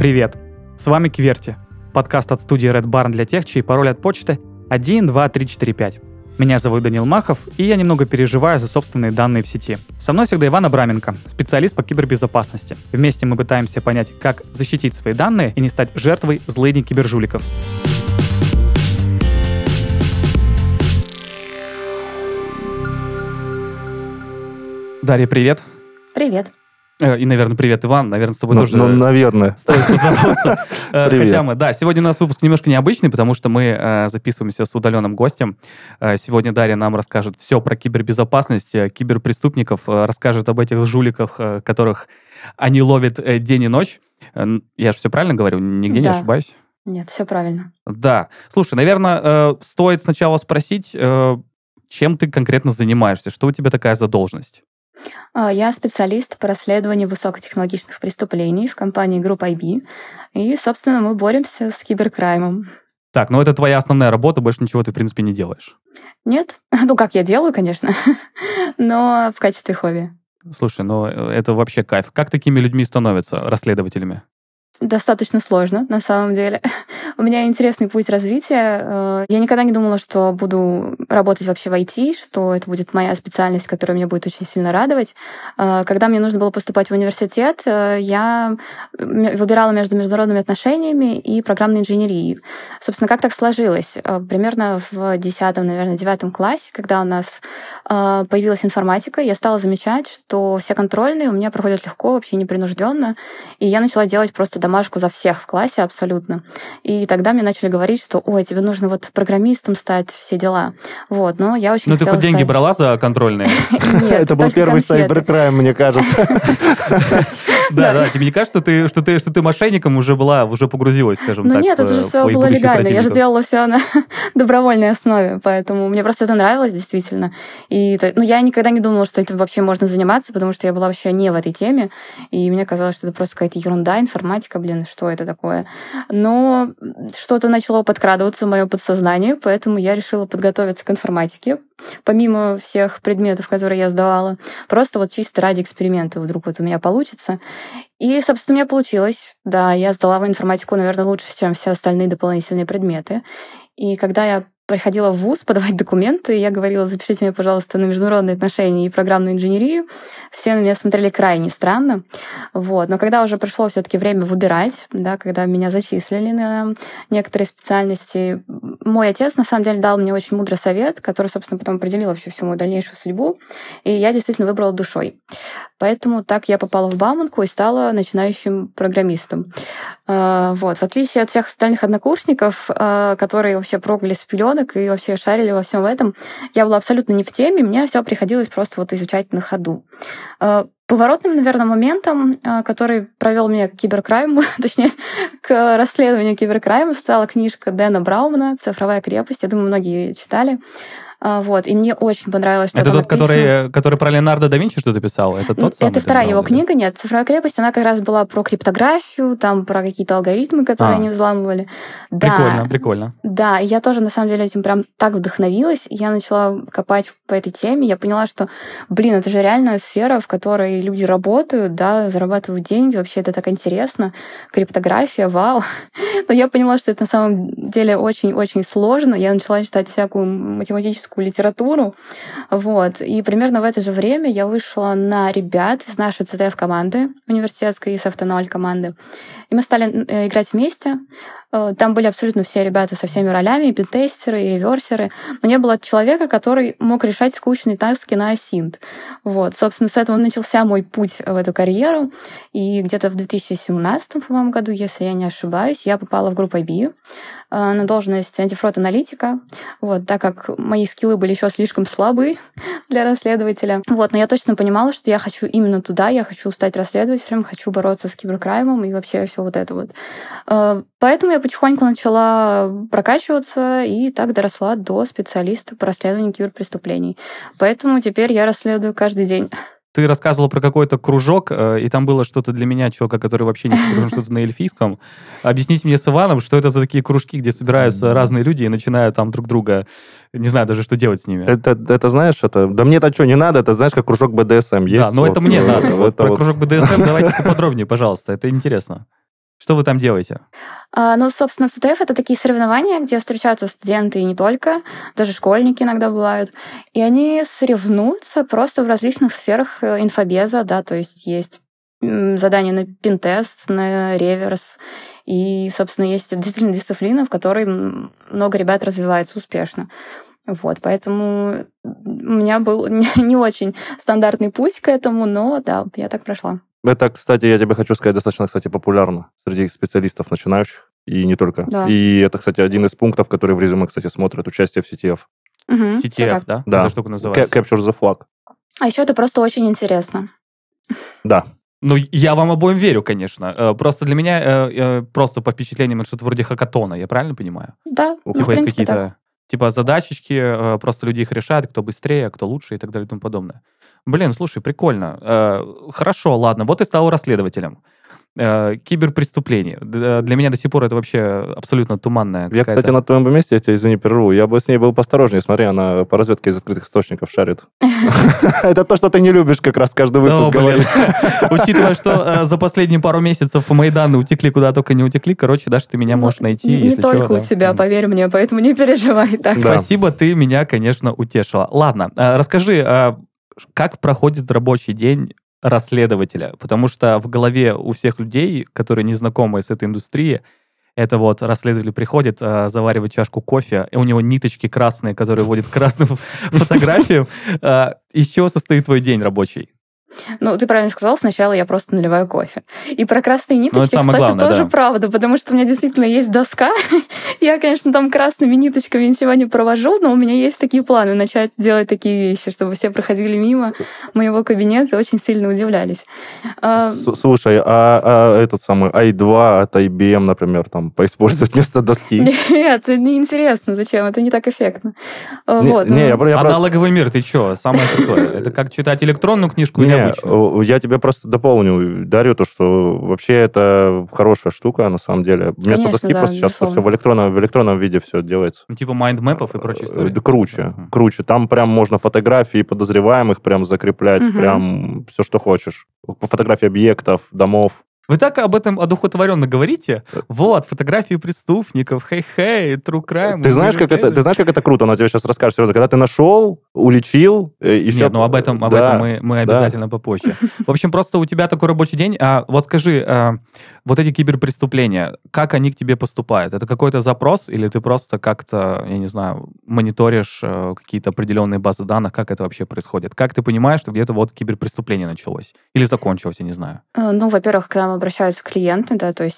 Привет! С вами Кверти, подкаст от студии Red Barn для тех, чей пароль от почты 12345. Меня зовут Данил Махов, и я немного переживаю за собственные данные в сети. Со мной всегда Иван Абраменко, специалист по кибербезопасности. Вместе мы пытаемся понять, как защитить свои данные и не стать жертвой злыдней кибержуликов. Дарья, привет. Привет. И, наверное, привет, Иван. Наверное, с тобой тоже наверное. стоит поздороваться. Привет. Хотя мы, сегодня у нас выпуск немножко необычный, потому что мы записываемся с удаленным гостем. Сегодня Дарья нам расскажет все про кибербезопасность, киберпреступников, расскажет об этих жуликах, которых они ловят день и ночь. Я же все правильно говорю? Нигде не ошибаюсь? Нет, все правильно. Да. Слушай, наверное, стоит сначала спросить, чем ты конкретно занимаешься? Что у тебя такая за должность? Я специалист по расследованию высокотехнологичных преступлений в компании Group IB. И, собственно, мы боремся с киберкраймом. Так, это твоя основная работа, больше ничего ты, в принципе, не делаешь? Нет. Как я делаю, конечно, но в качестве хобби. Слушай, это вообще кайф. Как такими людьми становятся расследователями? Достаточно сложно, на самом деле. У меня интересный путь развития. Я никогда не думала, что буду работать вообще в IT, что это будет моя специальность, которая меня будет очень сильно радовать. Когда мне нужно было поступать в университет, я выбирала между международными отношениями и программной инженерией. Собственно, как так сложилось? Примерно в 10, наверное, 9 классе, когда у нас появилась информатика, я стала замечать, что все контрольные у меня проходят легко, вообще непринужденно, и я начала делать просто домашку за всех в классе абсолютно. И тогда мне начали говорить, что «Ой, тебе нужно программистом стать, все дела». Но я очень хотела ты хоть деньги брала за контрольные? Нет, это был первый сайберкрайм, мне кажется. Да, тебе не кажется, что ты мошенником уже погрузилась, скажем так? Нет, это же все было легально. Я же делала все на добровольной основе, поэтому мне просто это нравилось действительно. И я никогда не думала, что это вообще можно заниматься, потому что я была вообще не в этой теме, и мне казалось, что это просто какая-то ерунда, информатика, что это такое. Но что-то начало подкрадываться в моё подсознание, поэтому я решила подготовиться к информатике, помимо всех предметов, которые я сдавала, просто чисто ради эксперимента, вдруг у меня получится. И, собственно, у меня получилось. Да, я сдала информатику, наверное, лучше, чем все остальные дополнительные предметы. И когда я приходила в вуз подавать документы, я говорила: запишите меня, пожалуйста, на международные отношения и программную инженерию. Все на меня смотрели крайне странно. Но когда уже пришло все-таки время выбирать, когда меня зачислили на некоторые специальности, мой отец, на самом деле, дал мне очень мудрый совет, который, собственно, потом определил вообще всю мою дальнейшую судьбу. И я действительно выбрала душой. Поэтому так я попала в Бауманку и стала начинающим программистом. В отличие от всех остальных однокурсников, которые вообще прыгали с пеленок и вообще шарили во всем этом, я была абсолютно не в теме, мне все приходилось просто изучать на ходу. Поворотным, наверное, моментом, который провел меня к киберкрайму, точнее, к расследованию киберкрайма, стала книжка Дэна Браумана «Цифровая крепость». Я думаю, многие читали. И мне очень понравилось, что это там тот, который про Леонардо да Винчи что-то писал? Это тот самый? Это вторая его книга, нет. «Цифровая крепость», она как раз была про криптографию, там про какие-то алгоритмы, которые они взламывали. Прикольно. Да, и я тоже, на самом деле, этим прям так вдохновилась. Я начала копать по этой теме. Я поняла, что, это же реальная сфера, в которой люди работают, зарабатывают деньги. Вообще это так интересно. Криптография, вау. Но я поняла, что это на самом деле очень-очень сложно. Я начала читать всякую математическую литературу. И примерно в это же время я вышла на ребят из нашей CTF-команды университетской и Софт-N0 команды. И мы стали играть вместе. Там были абсолютно все ребята со всеми ролями, и пентестеры, и реверсеры. Но не было человека, который мог решать скучные таски на асинт. Собственно, с этого начался мой путь в эту карьеру. И где-то в 2017, по-моему, году, если я не ошибаюсь, я попала в Group IB на должность антифрод-аналитика, так как мои скиллы были еще слишком слабы для расследователя. Но я точно понимала, что я хочу именно туда, я хочу стать расследователем, хочу бороться с киберкраймом и вообще все это. Поэтому я потихоньку начала прокачиваться и так доросла до специалиста по расследованию киберпреступлений. Поэтому теперь я расследую каждый день. Ты рассказывала про какой-то кружок, и там было что-то для меня, чувака, который вообще не погружен, что-то на эльфийском. Объясните мне с Иваном, что это за такие кружки, где собираются разные люди и начинают там друг друга, не знаю даже, что делать с ними. Это знаешь, да мне-то что, не надо, это знаешь, как кружок БДСМ есть. Да, но это мне надо. Про кружок БДСМ давайте поподробнее, пожалуйста, это интересно. Что вы там делаете? Ну, собственно, ЦТФ — это такие соревнования, где встречаются студенты и не только, даже школьники иногда бывают. И они соревнуются просто в различных сферах инфобеза, да, то есть есть задания на пинтест, на реверс. И, собственно, есть действительно дисциплина, в которой много ребят развивается успешно. Вот, поэтому у меня был не очень стандартный путь к этому, но да, я так прошла. Это, кстати, я тебе хочу сказать, достаточно, кстати, популярно среди специалистов начинающих, и не только. Да. И это, кстати, один из пунктов, который в резюме, кстати, смотрят, участие в CTF. CTF, да? Да. Эта штука называется. Capture the flag. А еще это просто очень интересно. Да. Ну, я вам обоим верю, конечно. Просто для меня, просто по впечатлениям, это что-то вроде хакатона, я правильно понимаю? Да, типа есть принципе, какие-то так. типа задачечки, просто люди их решают, кто быстрее, кто лучше и так далее и тому подобное. Блин, слушай, прикольно. Хорошо, ладно, вот ты стал расследователем. Киберпреступление. Для меня до сих пор это вообще абсолютно туманная Я, кстати, на твоем месте, я тебя, извини, прерву, я бы с ней был посторожнее. Смотри, она по разведке из открытых источников шарит. Это то, что ты не любишь как раз каждый выпуск говорить. Учитывая, что за последние пару месяцев мои данные утекли куда только не утекли, короче, Даша, ты меня можешь найти, если что. Не только у тебя, поверь мне, поэтому не переживай так. Спасибо, ты меня, конечно, утешила. Ладно, расскажи, как проходит рабочий день расследователя, потому что в голове у всех людей, которые не знакомы с этой индустрией, это вот расследователь приходит, заваривает чашку кофе, и у него ниточки красные, которые вводят красную фотографию. Из чего состоит твой день рабочий? Ну, ты правильно сказал, сначала я просто наливаю кофе. И про красные ниточки, кстати, главное, тоже да. правда, потому что у меня действительно есть доска. Я, конечно, там красными ниточками ничего не провожу, но у меня есть такие планы начать делать такие вещи, чтобы все проходили мимо моего кабинета и очень сильно удивлялись. Слушай, а этот самый i2 от IBM, например, там поиспользовать вместо доски? Нет, это неинтересно. Зачем? Это не так эффектно. Аналоговый мир, ты что? Самое крутое. Это как читать электронную книжку или обычную? Я тебе просто дополню, Дарью, то, что вообще это хорошая штука, на самом деле. Вместо доски просто сейчас все в электронном виде все делается. Типа майндмэпов и прочей истории? Круче. Там прям можно фотографии подозреваемых прям закреплять, прям все, что хочешь. Фотографии объектов, домов. Вы так об этом одухотворенно говорите? Вот, фотографии преступников, хей-хей, true crime. Ты знаешь, как это круто? Она тебе сейчас расскажет. Серьезно. Когда ты нашел, уличил, еще... Нет, ну об этом мы обязательно попозже. В общем, просто у тебя такой рабочий день. Вот скажи, вот эти киберпреступления, как они к тебе поступают? Это какой-то запрос или ты просто как-то, я не знаю, мониторишь какие-то определенные базы данных? Как это вообще происходит? Как ты понимаешь, что где-то вот киберпреступление началось? Или закончилось, я не знаю? Ну, во-первых, когда мы обращаются клиенты, да, то есть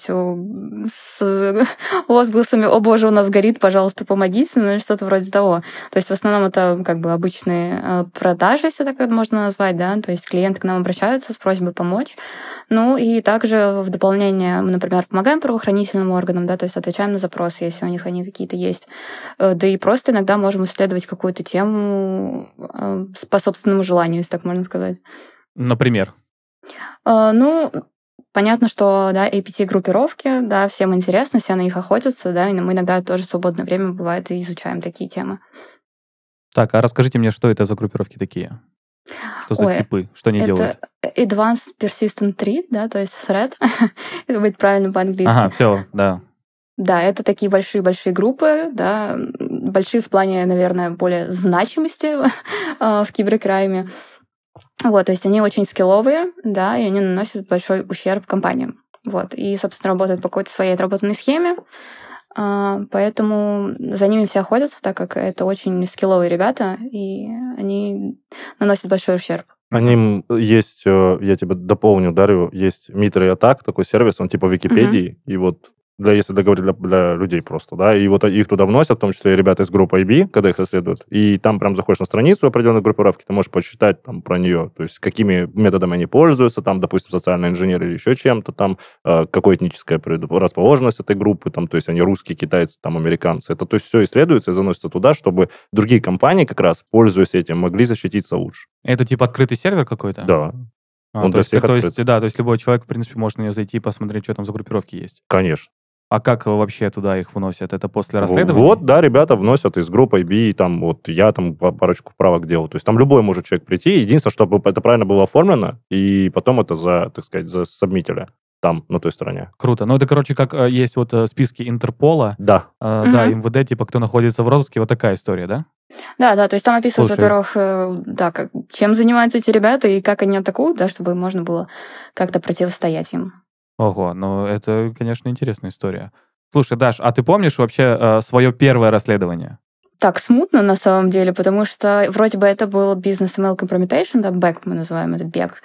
с возгласами «О боже, у нас горит, пожалуйста, помогите», ну или что-то вроде того. То есть в основном это как бы обычные продажи, если так это можно назвать, да, то есть клиенты к нам обращаются с просьбой помочь. Ну и также в дополнение мы, например, помогаем правоохранительным органам, да, то есть отвечаем на запросы, если у них они какие-то есть. Да и просто иногда можем исследовать какую-то тему по собственному желанию, если так можно сказать. Например? Ну, понятно, что, да, APT-группировки, да, всем интересно, все на них охотятся, да, и мы иногда тоже в свободное время, бывает, и изучаем такие темы. Так, а расскажите мне, что это за группировки такие? Что за типы? Что они делают? Это Advanced Persistent Threat, да, то есть threat, если быть правильно по-английски. Ага, все, да. Да, это такие большие-большие группы, да, большие в плане, наверное, более значимости в киберкрайме. Вот, то есть они очень скилловые, да, и они наносят большой ущерб компаниям. Вот, и, собственно, работают по какой-то своей отработанной схеме, поэтому за ними все охотятся, так как это очень скилловые ребята, и они наносят большой ущерб. Они есть, я тебе дополню, Дарью, есть Mitre Attack, такой сервис, он типа Википедии, и вот если договорить для людей просто, да, и вот их туда вносят, в том числе и ребята из группы IB, когда их расследуют, и там прям заходишь на страницу определенной группировки, ты можешь почитать там про нее, то есть какими методами они пользуются, там, допустим, социальные инженеры или еще чем-то, там, какая этническая расположенность этой группы, там, то есть они русские, китайцы, там, американцы, это то есть все исследуется и заносится туда, чтобы другие компании как раз, пользуясь этим, могли защититься лучше. Это типа открытый сервер какой-то? Да. Он то есть любой человек, в принципе, может на нее зайти и посмотреть, что там за группировки есть? Конечно. А как вообще туда их вносят? Это после расследования? Вот, да, ребята вносят из группы IB, там, вот, я там парочку вправок делал. То есть там любой может человек прийти. Единственное, чтобы это правильно было оформлено, и потом это так сказать, засабмитили. там, на той стороне. Круто. Ну, это, короче, как есть вот списки Интерпола. Да. Да, МВД, типа, кто находится в розыске, вот такая история, да? Да, то есть там описывают, во-первых, чем занимаются эти ребята и как они атакуют, да, чтобы можно было как-то противостоять им. Ого, ну это, конечно, интересная история. Слушай, Даш, а ты помнишь вообще свое первое расследование? Так, смутно на самом деле, потому что вроде бы это был бизнес email compromitation, да, бэк мы называем это бег.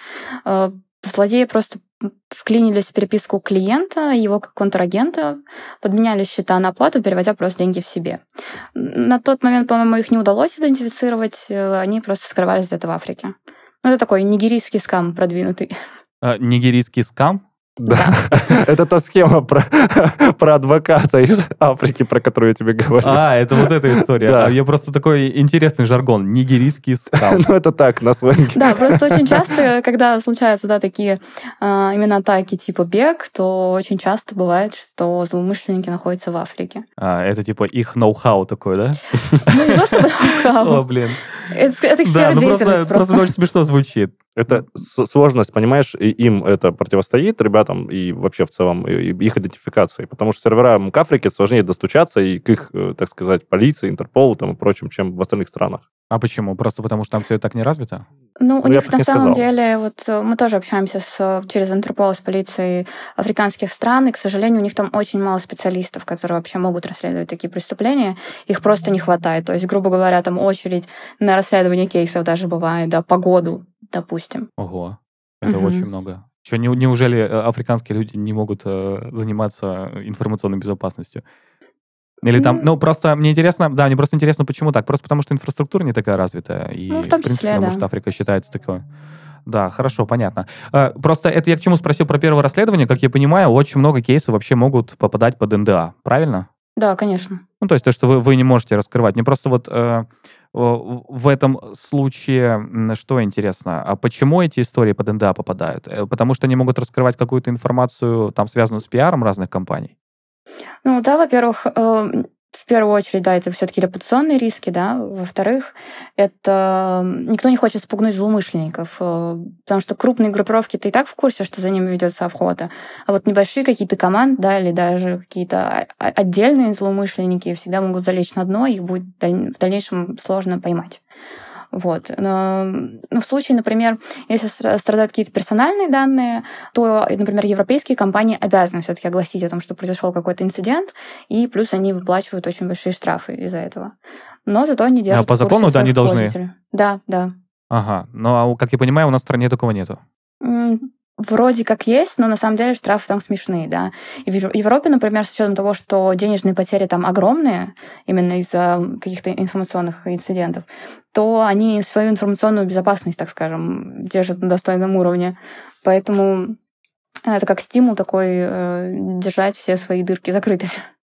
Злодеи просто вклинились в переписку клиента, его как контрагента, подменяли счета на оплату, переводя просто деньги в себе. На тот момент, по-моему, их не удалось идентифицировать, они просто скрывались где-то в Африке. Ну, это такой нигерийский скам продвинутый. Нигерийский скам? Да. Это та схема про адвоката из Африки, про которую я тебе говорил. Это вот эта история. Да. Я просто такой интересный жаргон. Нигерийский скам. Ну, это так, на сленге. Да, просто очень часто, когда случаются, да, такие именно атаки типа бег, то очень часто бывает, что злоумышленники находятся в Африке. Это типа их ноу-хау такой, да? Ну, не то чтобы ноу-хау. О, блин. Это их сфера деятельности просто очень смешно звучит. Это сложность, понимаешь, и им это противостоит, ребятам, и вообще в целом их идентификации. Потому что серверам к Африке сложнее достучаться и к их, так сказать, полиции, Интерполу там, и прочим, чем в остальных странах. А почему? Просто потому что там все это так не развито? Ну, у них на самом деле, вот мы тоже общаемся через Интерпол с полицией африканских стран, и, к сожалению, у них там очень мало специалистов, которые вообще могут расследовать такие преступления. Их просто не хватает. То есть, грубо говоря, там очередь на расследование кейсов даже бывает, да, по году, допустим. Ого, это очень много. Что, неужели африканские люди не могут заниматься информационной безопасностью? Или там, ну, просто мне интересно, да, мне просто интересно, почему так. Просто потому, что инфраструктура не такая развитая. И, в том числе, принципе, потому что Африка считается такой. Да, хорошо, понятно. Просто это я к чему спросил про первое расследование. Как я понимаю, очень много кейсов вообще могут попадать под НДА, правильно? Да, конечно. Ну, то есть то, что вы не можете раскрывать. Мне просто вот в этом случае, что интересно, а почему эти истории под НДА попадают? Потому что они могут раскрывать какую-то информацию, там, связанную с пиаром разных компаний? Ну да, во-первых, в первую очередь, да, это все-таки репутационные риски, да. Во-вторых, это никто не хочет спугнуть злоумышленников, потому что крупные группировки-то и так в курсе, что за ними ведется охота. А вот небольшие какие-то команды, да, или даже какие-то отдельные злоумышленники всегда могут залечь на дно, их будет в дальнейшем сложно поймать. Вот. Но в случае, например, если страдают какие-то персональные данные, то, например, европейские компании обязаны все-таки огласить о том, что произошел какой-то инцидент, и плюс они выплачивают очень большие штрафы из-за этого. Но зато они держат... А по закону, да, они должны? Да. Ага. Ну, а как я понимаю, у нас в стране такого нету. Вроде как есть, но на самом деле штрафы там смешные, да. И в Европе, например, с учетом того, что денежные потери там огромные, именно из-за каких-то информационных инцидентов, то они свою информационную безопасность, так скажем, держат на достойном уровне. Поэтому это как стимул такой держать все свои дырки закрытыми.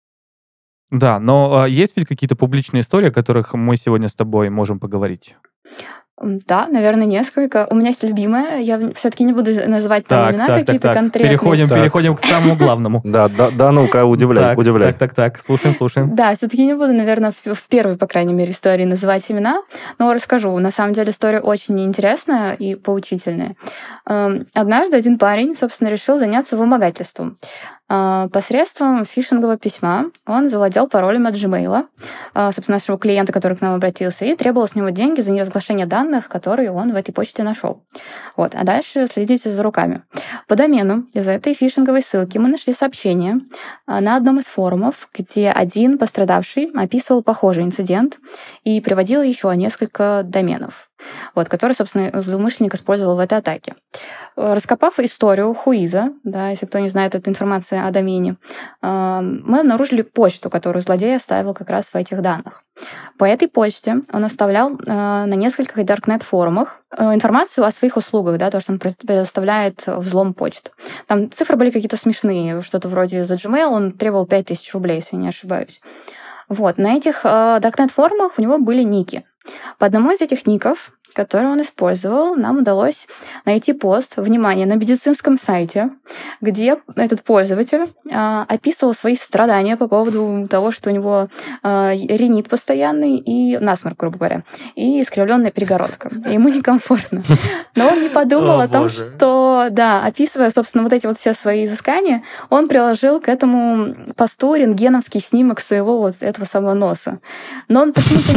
Да, но есть ведь какие-то публичные истории, о которых мы сегодня с тобой можем поговорить? Да, наверное, несколько. У меня есть любимая. Я все-таки не буду называть там имена какие-то конкретные. Переходим к самому главному. Да, ну-ка, удивляй. Так. Слушаем. Да, все-таки не буду, наверное, в первой, по крайней мере, истории называть имена, но расскажу. На самом деле история очень интересная и поучительная. Однажды один парень, собственно, решил заняться вымогательством. Посредством фишингового письма он завладел паролем от Gmail, собственно, нашего клиента, который к нам обратился, и требовал с него деньги за неразглашение данных, которые он в этой почте нашел. Вот. А дальше следите за руками. По домену из этой фишинговой ссылки мы нашли сообщение на одном из форумов, где один пострадавший описывал похожий инцидент и приводил еще несколько доменов, вот, который, собственно, злоумышленник использовал в этой атаке. Раскопав историю Хуиза, да, если кто не знает, это информация о домене, мы обнаружили почту, которую злодей оставил как раз в этих данных. По этой почте он оставлял на нескольких даркнет-форумах информацию о своих услугах, да, то, что он предоставляет взлом почт. Там цифры были какие-то смешные, что-то вроде за Gmail он требовал 5000 рублей, если не ошибаюсь. Вот, на этих даркнет-форумах у него были ники. По одному из этих ников который он использовал, нам удалось найти пост, внимание, на медицинском сайте, где этот пользователь описывал свои страдания по поводу того, что у него ринит постоянный и насморк, грубо говоря, и искривленная перегородка. Ему некомфортно. Но он не подумал о том, что, да, описывая, собственно, вот эти вот все свои изыскания, он приложил к этому посту рентгеновский снимок своего вот этого самого носа. Но он почему-то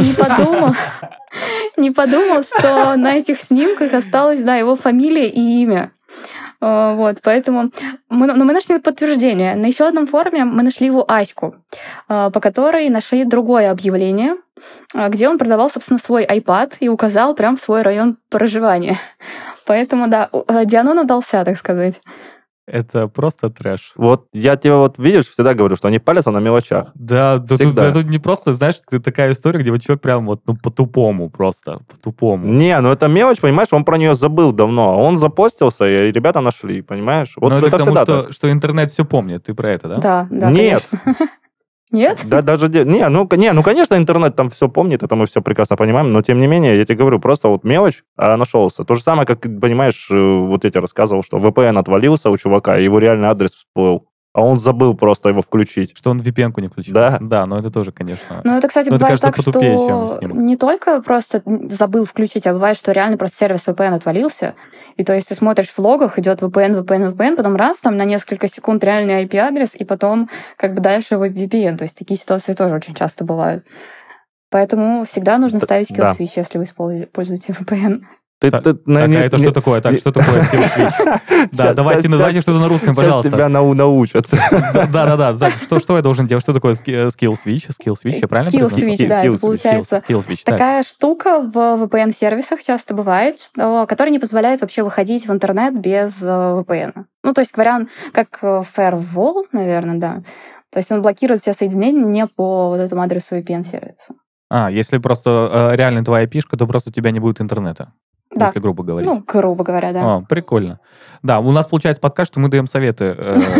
не подумал, что на этих снимках осталась, да, его фамилия и имя. Вот, поэтому мы нашли подтверждение. На еще одном форуме мы нашли его Аську, по которой нашли другое объявление, где он продавал, собственно, свой iPad и указал прям свой район проживания. Поэтому, да, Дианон удался, так сказать. Это просто трэш. Вот я тебе вот, видишь, всегда говорю, что они палятся на мелочах. Да, тут не просто, знаешь, такая история, где вот человек прям вот, ну, по-тупому просто, по-тупому. Не, ну это мелочь, понимаешь, он про нее забыл давно, а он запостился, и ребята нашли, понимаешь? Вот но это к тому, всегда что интернет все помнит, ты про это, да? Да, нет. Конечно. Нет? Да, даже... Ну, конечно, интернет там все помнит, это мы все прекрасно понимаем, но тем не менее, я тебе говорю, просто вот мелочь, а нашелся. То же самое, как, понимаешь, вот я тебе рассказывал, что VPN отвалился у чувака, и его реальный адрес всплыл. А он забыл просто его включить. Что он VPN-ку не включил. Да. Да, но это тоже, конечно... Ну, это, кстати, бывает так, что не только просто забыл включить, а бывает, что реально просто сервис VPN отвалился, и то есть ты смотришь в логах, идет VPN, потом раз, там на несколько секунд реальный IP-адрес, и потом как бы дальше VPN. То есть такие ситуации тоже очень часто бывают. Поэтому всегда нужно ставить kill switch, если вы используете VPN. Это что такое? Так, что такое skill switch? Да, давайте что-то на русском, пожалуйста. Сейчас тебя научат. Да. Что я должен делать? Что такое skill switch? Skill switch, я правильно произношу? Kill switch, да, это получается такая штука в VPN-сервисах часто бывает, которая не позволяет вообще выходить в интернет без VPN. Ну, то есть, говоря, как firewall, наверное, да. То есть он блокирует все соединения не по вот этому адресу VPN-сервиса. Если просто реально твоя IP-шка, то просто у тебя не будет интернета. Да. Если грубо говорить. Ну, грубо говоря, да. Прикольно. Да, у нас получается подкаст, что мы даем советы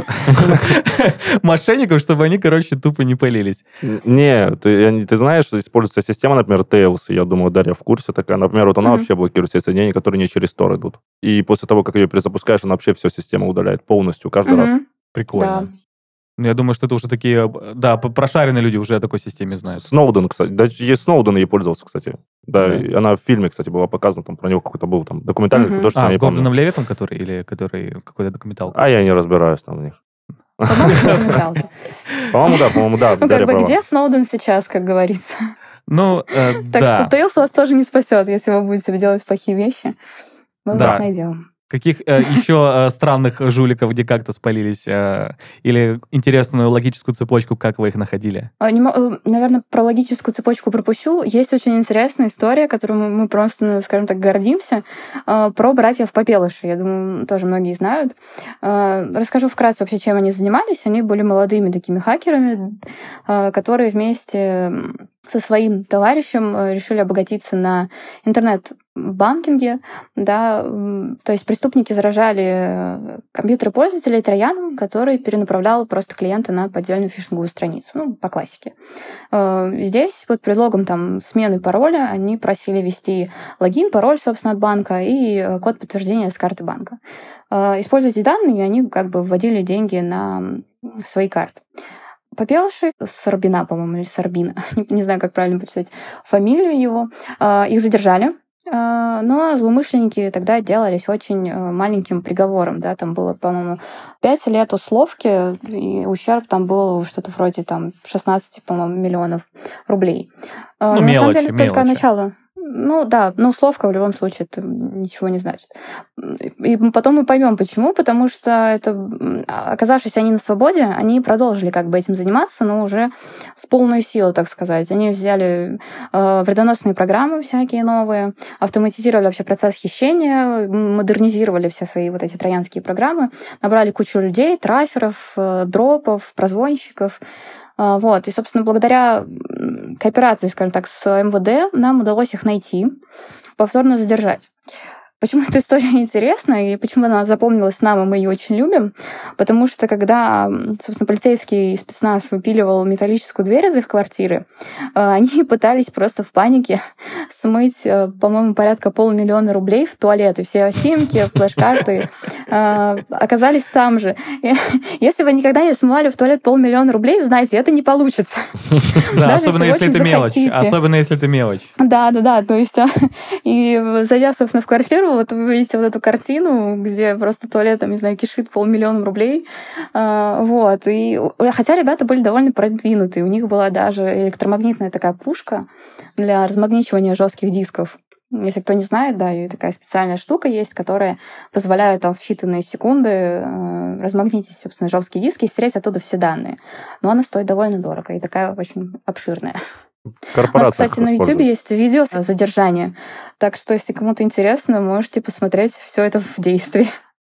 мошенникам, чтобы они, короче, тупо не пылились. Не, ты знаешь, используется система, например, Tails, я думаю, Дарья в курсе такая. Например, вот она вообще блокирует все соединения, которые не через Tor идут. И после того, как ее перезапускаешь, она вообще всю систему удаляет полностью, каждый раз. Прикольно. Я думаю, что это уже такие, да, прошаренные люди уже о такой системе знают. Сноуден, кстати. Да, есть Сноуден, ей пользовался, кстати. Да, она в фильме, кстати, была показана, там про него какой-то был там документальный художественный. С Гордоном Левиттом, который, или который какой-то документалка? А я не разбираюсь там в них. По-моему, да. Ну, как бы где Сноуден сейчас, как говорится? Ну, так что Тейлс вас тоже не спасет, если вы будете делать плохие вещи. Мы вас найдем. Каких еще странных жуликов, где как-то спалились? Или интересную логическую цепочку, как вы их находили? Наверное, про логическую цепочку пропущу. Есть очень интересная история, которую мы просто, скажем так, гордимся, про братьев Попелыши. Я думаю, тоже многие знают. Расскажу вкратце вообще, чем они занимались. Они были молодыми такими хакерами, которые вместе со своим товарищем решили обогатиться на интернет-банкинге, да, то есть преступники заражали компьютеры пользователей трояном, который перенаправлял просто клиента на поддельную фишинговую страницу, ну, по классике. Здесь под предлогом там смены пароля они просили ввести логин, пароль, собственно, от банка и код подтверждения с карты банка. Используя эти данные, они как бы вводили деньги на свои карты. Попелыши, Сорбина, по-моему, или Сорбина, не знаю, как правильно прочитать фамилию его, их задержали, но злоумышленники тогда делались очень маленьким приговором, да, там было, по-моему, 5 лет условки, и ущерб там был что-то вроде там 16, по-моему, миллионов рублей. Ну, на самом деле, только начало. Ну да, но условка в любом случае это ничего не значит. И потом мы поймем, почему. Потому что это, оказавшись они на свободе, они продолжили как бы этим заниматься, но уже в полную силу, так сказать. Они взяли вредоносные программы всякие новые, автоматизировали вообще процесс хищения, модернизировали все свои вот эти троянские программы, набрали кучу людей, траферов, дропов, прозвонщиков. Вот. И, собственно, благодаря кооперации, скажем так, с МВД нам удалось их найти, повторно задержать. Почему эта история интересна и почему она запомнилась нам, и мы ее очень любим? Потому что когда, собственно, полицейский спецназ выпиливал металлическую дверь из их квартиры, они пытались просто в панике смыть, по-моему, порядка 500 000 рублей в туалет. И все симки, флеш-карты оказались там же. И если вы никогда не смывали в туалет 500 000 рублей, знаете, это не получится. Да, особенно если это мелочь. Особенно если это мелочь. Да. То есть, и зайдя, собственно, в квартиру, вот вы видите вот эту картину, где просто туалет, там, не знаю, кишит 500 000 рублей. Вот. И хотя ребята были довольно продвинутые. У них была даже электромагнитная такая пушка для размагничивания жестких дисков. Если кто не знает, да, и такая специальная штука есть, которая позволяет там в считанные секунды размагнитить, собственно, жесткие диски и стереть оттуда все данные. Но она стоит довольно дорого и такая очень обширная. У нас, кстати, на YouTube есть видео задержания. Так что, если кому-то интересно, можете посмотреть все это в действии.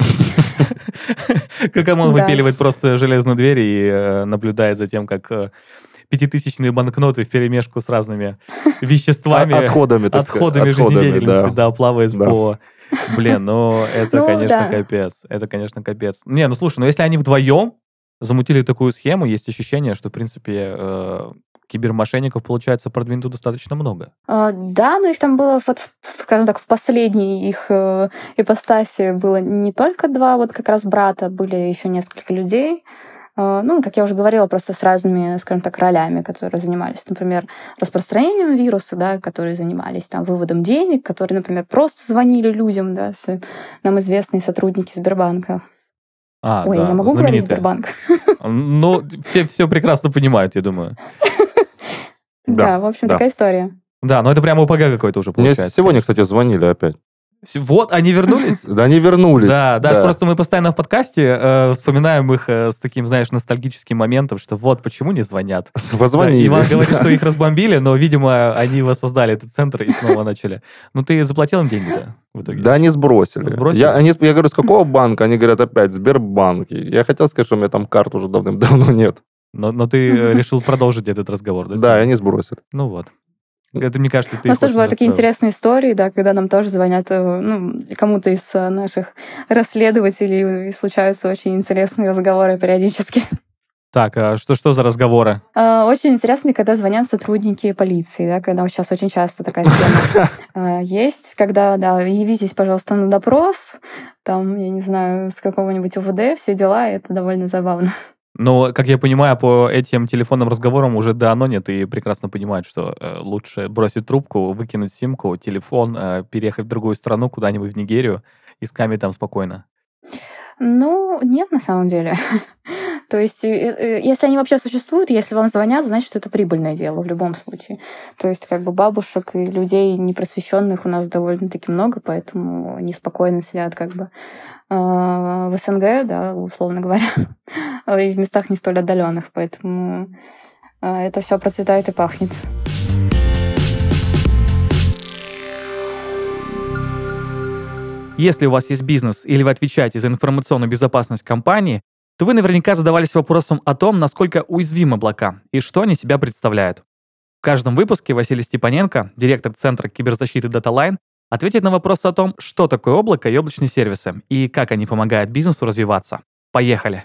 Как он выпиливает просто железную дверь и наблюдает за тем, как 5000-е банкноты вперемешку с разными веществами, отходами жизнедеятельности, да, плавает по... Блин, это, конечно, капец. Это, конечно, капец. Не, слушай, если они вдвоем замутили такую схему, есть ощущение, что, в принципе, кибермошенников, получается, продвинуто достаточно много. Да, но их там было, скажем так, в последней их ипостаси было не только 2 вот как раз брата, были еще несколько людей. Как я уже говорила, просто с разными, скажем так, ролями, которые занимались. Например, распространением вируса, да, которые занимались там выводом денег, которые, например, просто звонили людям, да, нам известные сотрудники Сбербанка. Я могу говорить Сбербанк? Все прекрасно понимают, я думаю. Да, в общем, такая история. Да, но это прямо ОПГ какой-то уже получается. Мне сегодня, кстати, звонили опять. Вот, они вернулись? Да, они вернулись. Да, просто мы постоянно в подкасте вспоминаем их с таким, знаешь, ностальгическим моментом, что вот почему не звонят. Позвонили. Иван говорит, что их разбомбили, но, видимо, они воссоздали этот центр и снова начали. Ты заплатил им деньги-то в итоге? Да, они сбросили. Я говорю, с какого банка? Они говорят, опять, Сбербанк. Я хотел сказать, что у меня там карт уже давным-давно нет. Но ты решил продолжить этот разговор, да? Да, и они сбросили. Вот. Это, мне кажется, ты... У нас тоже бывают такие интересные истории, да, когда нам тоже звонят, кому-то из наших расследователей, и случаются очень интересные разговоры периодически. Так, а что за разговоры? Очень интересные, когда звонят сотрудники полиции, да, когда сейчас очень часто такая тема есть, когда, да, явитесь, пожалуйста, на допрос, там, я не знаю, с какого-нибудь УВД, все дела, и это довольно забавно. Но, как я понимаю, по этим телефонным разговорам уже доанонят и прекрасно понимают, что лучше бросить трубку, выкинуть симку, телефон, переехать в другую страну, куда-нибудь в Нигерию, и с ками там спокойно. Нет, на самом деле. То есть, если они вообще существуют, если вам звонят, значит, это прибыльное дело в любом случае. То есть, бабушек и людей непросвещенных у нас довольно-таки много, поэтому они спокойно сидят в СНГ, да, условно говоря, и в местах не столь отдаленных, поэтому это все процветает и пахнет. Если у вас есть бизнес или вы отвечаете за информационную безопасность компании, то вы наверняка задавались вопросом о том, насколько уязвимы облака и что они себя представляют. В каждом выпуске Василий Степаненко, директор Центра киберзащиты DataLine, ответит на вопрос о том, что такое облако и облачные сервисы, и как они помогают бизнесу развиваться. Поехали!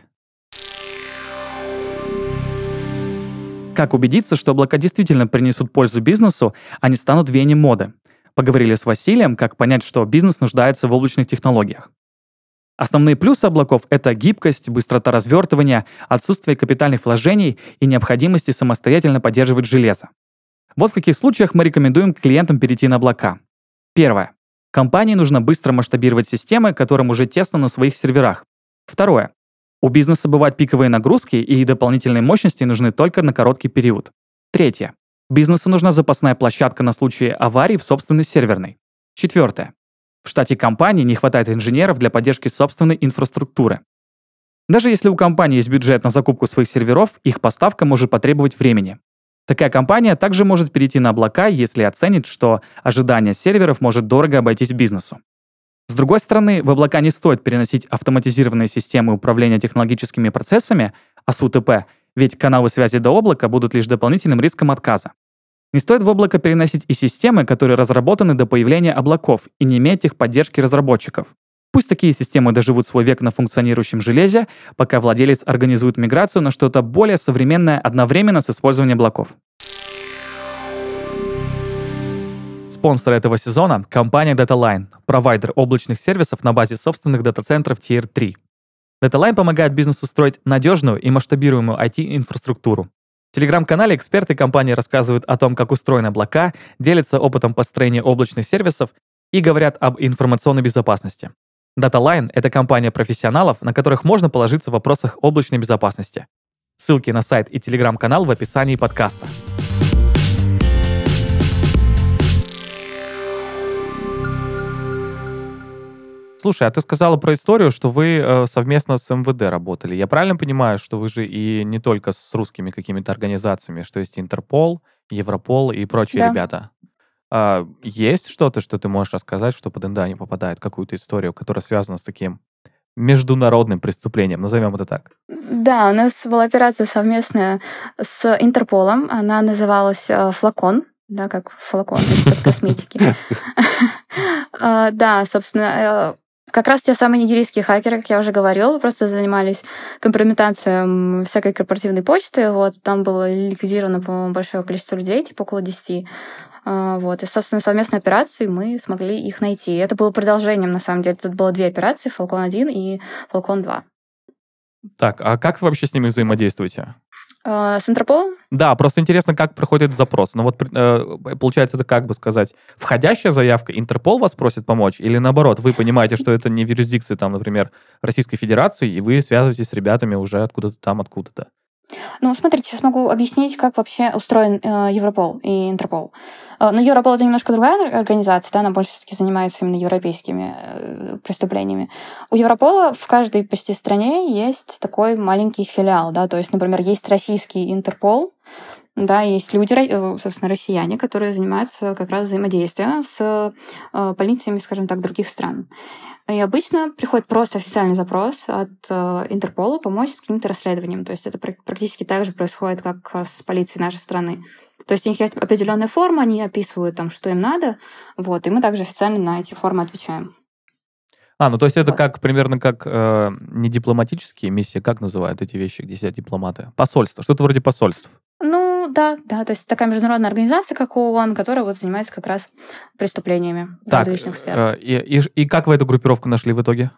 Как убедиться, что облака действительно принесут пользу бизнесу, а не станут веянием моды? Поговорили с Василием, как понять, что бизнес нуждается в облачных технологиях. Основные плюсы облаков — это гибкость, быстрота развертывания, отсутствие капитальных вложений и необходимости самостоятельно поддерживать железо. Вот в каких случаях мы рекомендуем клиентам перейти на облака. Первое. Компании нужно быстро масштабировать системы, которым уже тесно на своих серверах. Второе. У бизнеса бывают пиковые нагрузки, и дополнительные мощности нужны только на короткий период. Третье. Бизнесу нужна запасная площадка на случай аварий в собственной серверной. Четвертое. В штате компании не хватает инженеров для поддержки собственной инфраструктуры. Даже если у компании есть бюджет на закупку своих серверов, их поставка может потребовать времени. Такая компания также может перейти на облака, если оценит, что ожидание серверов может дорого обойтись бизнесу. С другой стороны, в облака не стоит переносить автоматизированные системы управления технологическими процессами, АСУТП, ведь каналы связи до облака будут лишь дополнительным риском отказа. Не стоит в облако переносить и системы, которые разработаны до появления облаков и не имеют их поддержки разработчиков. Пусть такие системы доживут свой век на функционирующем железе, пока владелец организует миграцию на что-то более современное одновременно с использованием облаков. Спонсор этого сезона — компания DataLine, провайдер облачных сервисов на базе собственных дата-центров Tier 3. DataLine помогает бизнесу строить надежную и масштабируемую IT-инфраструктуру. В телеграм-канале эксперты компании рассказывают о том, как устроены облака, делятся опытом построения облачных сервисов и говорят об информационной безопасности. DataLine — это компания профессионалов, на которых можно положиться в вопросах облачной безопасности. Ссылки на сайт и телеграм-канал в описании подкаста. Слушай, а ты сказала про историю, что вы совместно с МВД работали. Я правильно понимаю, что вы же и не только с русскими какими-то организациями, что есть Интерпол, Европол и прочие ребята? Есть что-то, что ты можешь рассказать, что под НДА не попадает, какую-то историю, которая связана с таким международным преступлением, назовем это так? Да, у нас была операция совместная с Интерполом. Она называлась «Флакон». Да, как флакон из-под косметики. Да, собственно, как раз те самые нигерийские хакеры, как я уже говорила, просто занимались компрометацией всякой корпоративной почты. Вот, там было ликвидировано, по-моему, большое количество людей, типа около 10. Вот, и, собственно, совместной операцией мы смогли их найти. Это было продолжением, на самом деле. Тут было 2 операции, «Фалкон-1» и «Фалкон-2». Так, а как вы вообще с ними взаимодействуете? С Интерполом? Да, просто интересно, как проходит запрос. Ну вот, получается, это как бы сказать, входящая заявка, Интерпол вас просит помочь, или наоборот, вы понимаете, что это не в юрисдикции, там, например, Российской Федерации, и вы связываетесь с ребятами уже откуда-то там, откуда-то? Ну, смотрите, сейчас могу объяснить, как вообще устроен Европол и Интерпол. Но Европол — это немножко другая организация, да, она больше все-таки занимается именно европейскими преступлениями. У Европола в каждой почти стране есть такой маленький филиал, да, то есть, например, есть российский Интерпол, да, есть люди, собственно, россияне, которые занимаются как раз взаимодействием с полициями, скажем так, других стран. И обычно приходит просто официальный запрос от Интерпола помочь с каким-то расследованием. То есть это практически так же происходит, как с полицией нашей страны. То есть у них есть определенная форма, они описывают там, что им надо, вот, и мы также официально на эти формы отвечаем. Ну то есть это как примерно как не дипломатические миссии, как называют эти вещи, где сидят дипломаты? Посольство, что-то вроде посольств. Ну, да, то есть такая международная организация, как ООН, которая вот занимается как раз преступлениями в различных сферах. И как вы эту группировку нашли в итоге?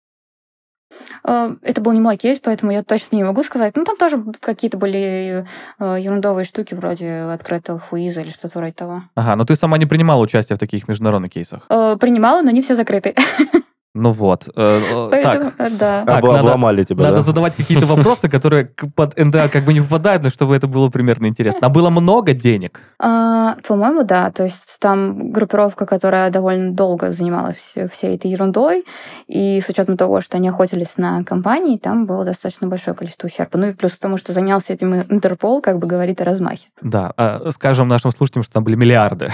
Это был не мой кейс, поэтому я точно не могу сказать. Ну, там тоже какие-то были ерундовые штуки, вроде открытого хуиза или что-то вроде того. Ага, но ты сама не принимала участие в таких международных кейсах? Принимала, но не все закрыты. Ну вот. Поэтому, да. Так, обломали тебя, надо задавать какие-то вопросы, которые под НДА как бы не попадают, но чтобы это было примерно интересно. А было много денег? По-моему, да. То есть там группировка, которая довольно долго занималась всей этой ерундой, и с учетом того, что они охотились на компании, там было достаточно большое количество ущерба. Ну и плюс к тому, что занялся этим Интерпол, как бы говорит о размахе. Да. Скажем нашим слушателям, что там были миллиарды.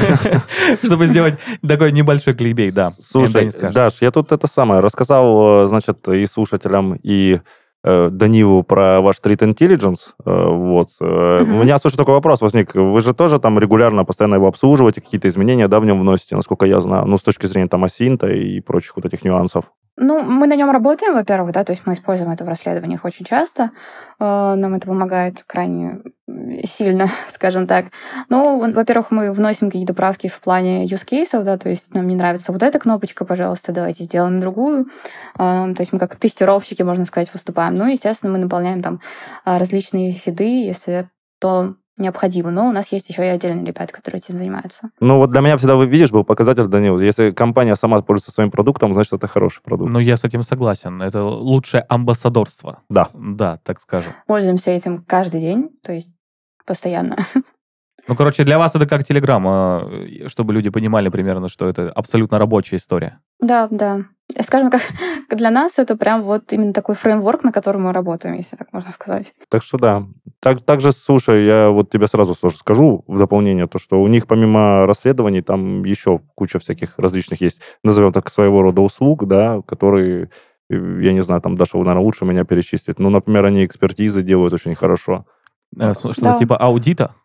Чтобы сделать такой небольшой кликбейт, да. Слушай, Даш, я тут это самое рассказал, значит, и слушателям, и Данилу про ваш Threat Intelligence. Вот. У меня, слушай, такой вопрос возник. Вы же тоже там регулярно, постоянно его обслуживаете, какие-то изменения, да, в нем вносите, насколько я знаю, ну, с точки зрения там асинта и прочих вот этих нюансов. Ну, мы на нем работаем, во-первых, да, то есть мы используем это в расследованиях очень часто. Нам это помогает крайне сильно, скажем так. Ну, во-первых, мы вносим какие-то правки в плане use cases, да, то есть нам не нравится вот эта кнопочка, пожалуйста, давайте сделаем другую. То есть мы как тестировщики, можно сказать, выступаем. Ну, естественно, мы наполняем там различные фиды, если то необходимо. Но у нас есть еще и отдельные ребята, которые этим занимаются. Ну, вот для меня всегда, вы видишь, был показатель, Данил, если компания сама пользуется своим продуктом, значит, это хороший продукт. Ну, я с этим согласен. Это лучшее амбассадорство. Да. Да, так скажем. Пользуемся этим каждый день, то есть постоянно. Ну, короче, для вас это как Telegram, чтобы люди понимали примерно, что это абсолютно рабочая история. Да. Скажем, как для нас это прям вот именно такой фреймворк, на котором мы работаем, если так можно сказать. Так что да. Также, слушай, я вот тебе сразу тоже скажу в дополнение, то, что у них помимо расследований там еще куча всяких различных есть, назовем так, своего рода услуг, да, которые, я не знаю, там Даша, наверное, лучше меня перечислить. Ну, например, они экспертизы делают очень хорошо. Что-то типа аудита?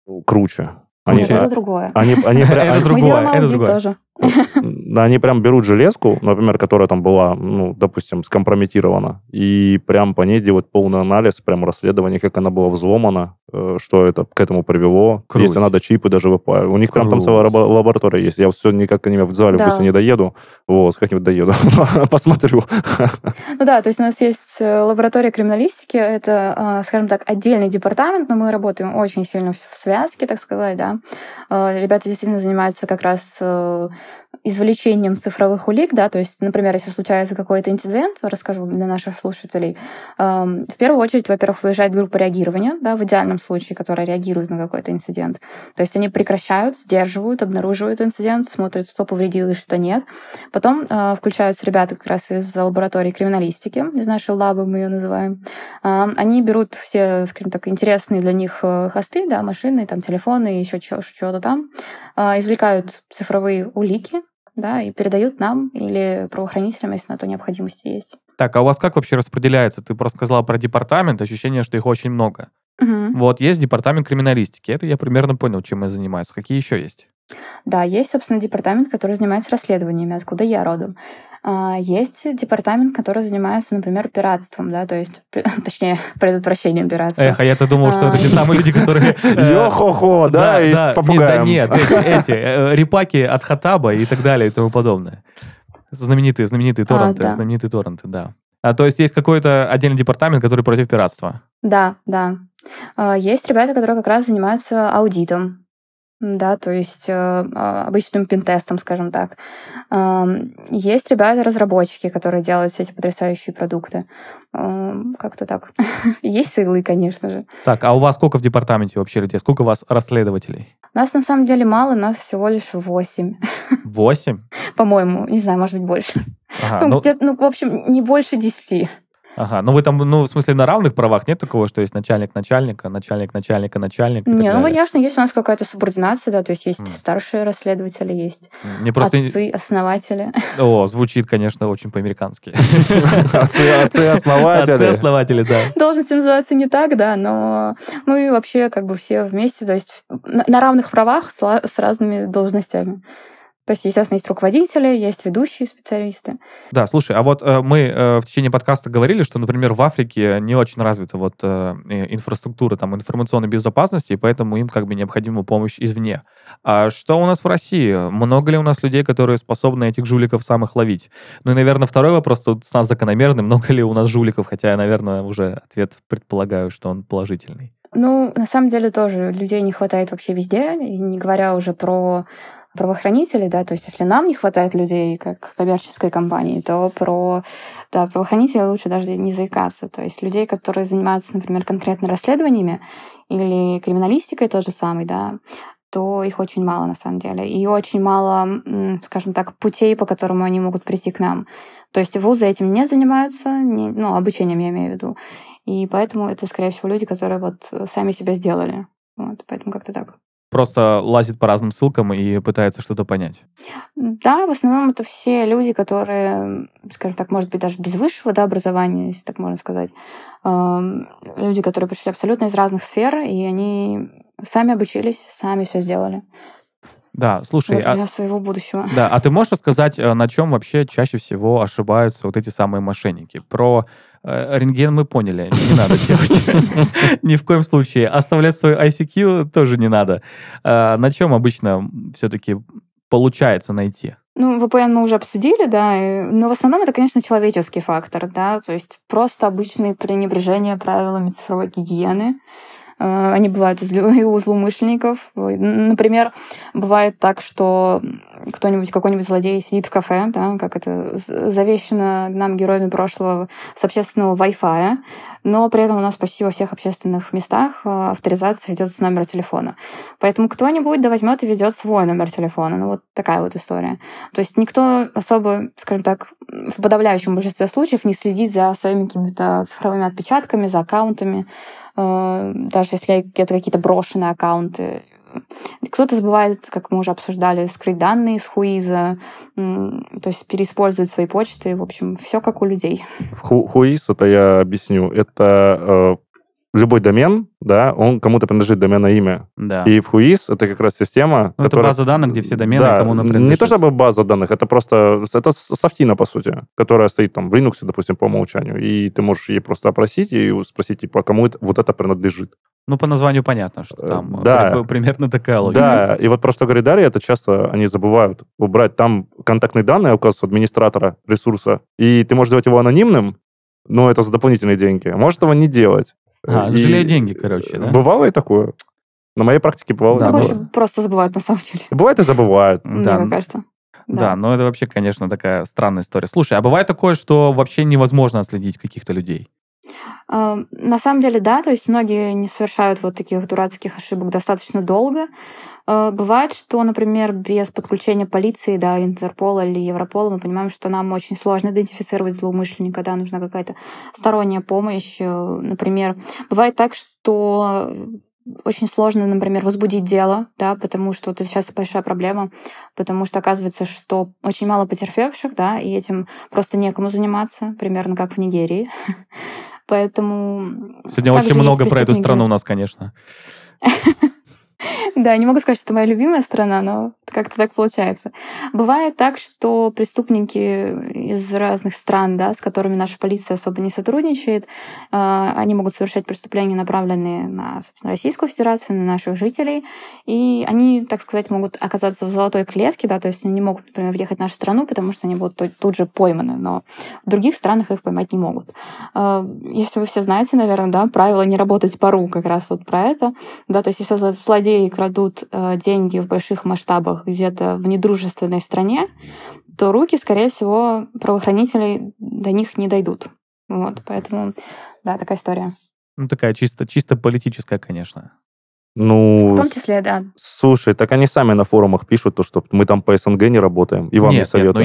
круче. Это другое. Это другое. Мы делаем аудит тоже. Они прям берут железку, например, которая там была, допустим, скомпрометирована, и прям по ней делают полный анализ, прям расследование, как она была взломана, что это к этому привело. Круть. Если надо, чипы даже выпаивают. У них прям там целая лаборатория есть. Я вот все никак в зале быстро не доеду. Вот, как-нибудь доеду. Посмотрю. Ну да, то есть у нас есть лаборатория криминалистики. Это, скажем так, отдельный департамент, но мы работаем очень сильно в связке, так сказать, да. Ребята действительно занимаются как раз извлечением цифровых улик, да, то есть, например, если случается какой-то инцидент, расскажу для наших слушателей, в первую очередь, во-первых, выезжает группа реагирования, да, в идеальном случае, которая реагирует на какой-то инцидент. То есть они прекращают, сдерживают, обнаруживают инцидент, смотрят, что повредило и что нет. Потом включаются ребята как раз из лаборатории криминалистики, из нашей лабы мы ее называем. Они берут все, скажем так, интересные для них хосты, да, машины, там, телефоны и еще что-то там, извлекают цифровые улики, да, и передают нам или правоохранителям, если на то необходимость есть. Так, а у вас как вообще распределяется? Ты просто сказала про департамент, ощущение, что их очень много. Угу. Вот, есть департамент криминалистики. Это я примерно понял, чем я занимаюсь. Какие еще есть? Да, есть, собственно, департамент, который занимается расследованиями, откуда я родом. Есть департамент, который занимается, например, пиратством, да, то есть, точнее, предотвращением пиратства. Эх, а я-то думал, что это те самые люди, которые... Йо-хо-хо, да, и с попугаем. Нет, эти репаки от Хаттаба и так далее и тому подобное. Знаменитые торренты, да. То есть есть какой-то отдельный департамент, который против пиратства? Да. Есть ребята, которые как раз занимаются аудитом. Да, то есть обычным пентестом, скажем так. Есть ребята-разработчики, которые делают все эти потрясающие продукты. Как-то так. Есть силы, конечно же. Так, а у вас сколько в департаменте вообще людей? Сколько у вас расследователей? Нас на самом деле мало, нас всего лишь 8. 8? По-моему, не знаю, может быть, больше. Ага, в общем, не больше 10. Ага, ну вы там, в смысле, на равных правах нет такого, что есть начальник начальника, начальник начальника, начальник? Не, конечно, есть у нас какая-то субординация, да, то есть есть старшие расследователи, есть отцы, основатели. О, звучит, конечно, очень по-американски. Отцы-основатели. Отцы-основатели, да. Должности называются не так, да, но мы вообще как бы все вместе, то есть на равных правах с разными должностями. То есть, естественно, есть руководители, есть ведущие специалисты. Да, слушай, а вот мы в течение подкаста говорили, что, например, в Африке не очень развита вот инфраструктура там, информационной безопасности, и поэтому им как бы необходима помощь извне. А что у нас в России? Много ли у нас людей, которые способны этих жуликов самых ловить? Ну и, наверное, второй вопрос тут с нас закономерный. Много ли у нас жуликов? Хотя я, наверное, уже ответ предполагаю, что он положительный. Ну, на самом деле тоже людей не хватает вообще везде, и не говоря уже про правоохранителей, да, то есть если нам не хватает людей, как коммерческой компании, то про правоохранителей лучше даже не заикаться. То есть людей, которые занимаются, например, конкретно расследованиями или криминалистикой тот же самый, да, то их очень мало на самом деле. И очень мало, скажем так, путей, по которым они могут прийти к нам. То есть вузы этим не занимаются, обучением я имею в виду. И поэтому это, скорее всего, люди, которые вот сами себя сделали. Вот, поэтому как-то так. Просто лазит по разным ссылкам и пытается что-то понять. Да, в основном это все люди, которые, скажем так, может быть, даже без высшего образования, если так можно сказать. Люди, которые пришли абсолютно из разных сфер, и они сами обучились, сами все сделали. Да, слушай... Вот для своего будущего. Да, а ты можешь рассказать, на чем вообще чаще всего ошибаются вот эти самые мошенники? Про рентген мы поняли, не надо делать. Ни в коем случае. Оставлять свой ICQ тоже не надо. На чем обычно все-таки получается найти? Ну, VPN мы уже обсудили, да, но в основном это, конечно, человеческий фактор, да, то есть просто обычное пренебрежение правилами цифровой гигиены. Они бывают и у злоумышленников. Например, бывает так, что какой-нибудь злодей сидит в кафе, да, как это завещано нам героями прошлого, с общественного Wi-Fi, но при этом у нас почти во всех общественных местах авторизация идет с номера телефона. Поэтому кто-нибудь возьмет и ведет свой номер телефона. Ну, вот такая вот история. То есть никто особо, скажем так, в подавляющем большинстве случаев не следит за своими какими-то цифровыми отпечатками, за аккаунтами, даже если это какие-то брошенные аккаунты. Кто-то забывает, как мы уже обсуждали, скрыть данные из Whois, то есть переиспользовать свои почты. В общем, все как у людей. Whois, это я объясню, это любой домен, да, он кому-то принадлежит доменное имя. Да. И в Whois это как раз система, которая... Это база данных, где все домены, да, кому она принадлежит. Не то чтобы база данных, это просто... Это софтина, по сути, которая стоит там в Linux, допустим, по умолчанию. И ты можешь ей просто опросить и спросить, типа, кому вот это принадлежит. Ну, по названию понятно, что там да. примерно такая логика. Да, и вот про что говорит Дарья, это часто они забывают убрать. Там контактные данные, указываются администратора ресурса, и ты можешь сделать его анонимным, но это за дополнительные деньги. Можешь этого не делать. Жалеют деньги, короче, да? Бывало и такое. На моей практике бывало. Да, больше просто забывают, на самом деле. Бывает и забывают. Да, мне кажется. Да, но это вообще, конечно, такая странная история. Слушай, а бывает такое, что вообще невозможно отследить каких-то людей? На самом деле, да, то есть многие не совершают вот таких дурацких ошибок достаточно долго. Бывает, что, например, без подключения полиции, да, Интерпола или Европола, мы понимаем, что нам очень сложно идентифицировать злоумышленника, да, нужна какая-то сторонняя помощь. Например, бывает так, что очень сложно, например, возбудить дело, да, потому что это сейчас большая проблема, потому что оказывается, что очень мало потерпевших, да, и этим просто некому заниматься, примерно как в Нигерии. Поэтому... Сегодня очень много про эту страну у нас, конечно. Да, не могу сказать, что это моя любимая страна, но как-то так получается. Бывает так, что преступники из разных стран, да, с которыми наша полиция особо не сотрудничает, они могут совершать преступления, направленные на Российскую Федерацию, на наших жителей, и они, так сказать, могут оказаться в золотой клетке, да, то есть они не могут, например, въехать в нашу страну, потому что они будут тут же пойманы, но в других странах их поймать не могут. Если вы все знаете, наверное, да, правило не работать по РУ как раз вот про это, да, то есть если злодеи крадут деньги в больших масштабах где-то в недружественной стране, то руки, скорее всего, правоохранителей до них не дойдут. Вот, поэтому, да, такая история. Ну, такая чисто политическая, конечно. Ну, в том числе, да. Слушай, так они сами на форумах пишут, то, что мы там по СНГ не работаем, и вам не советуем.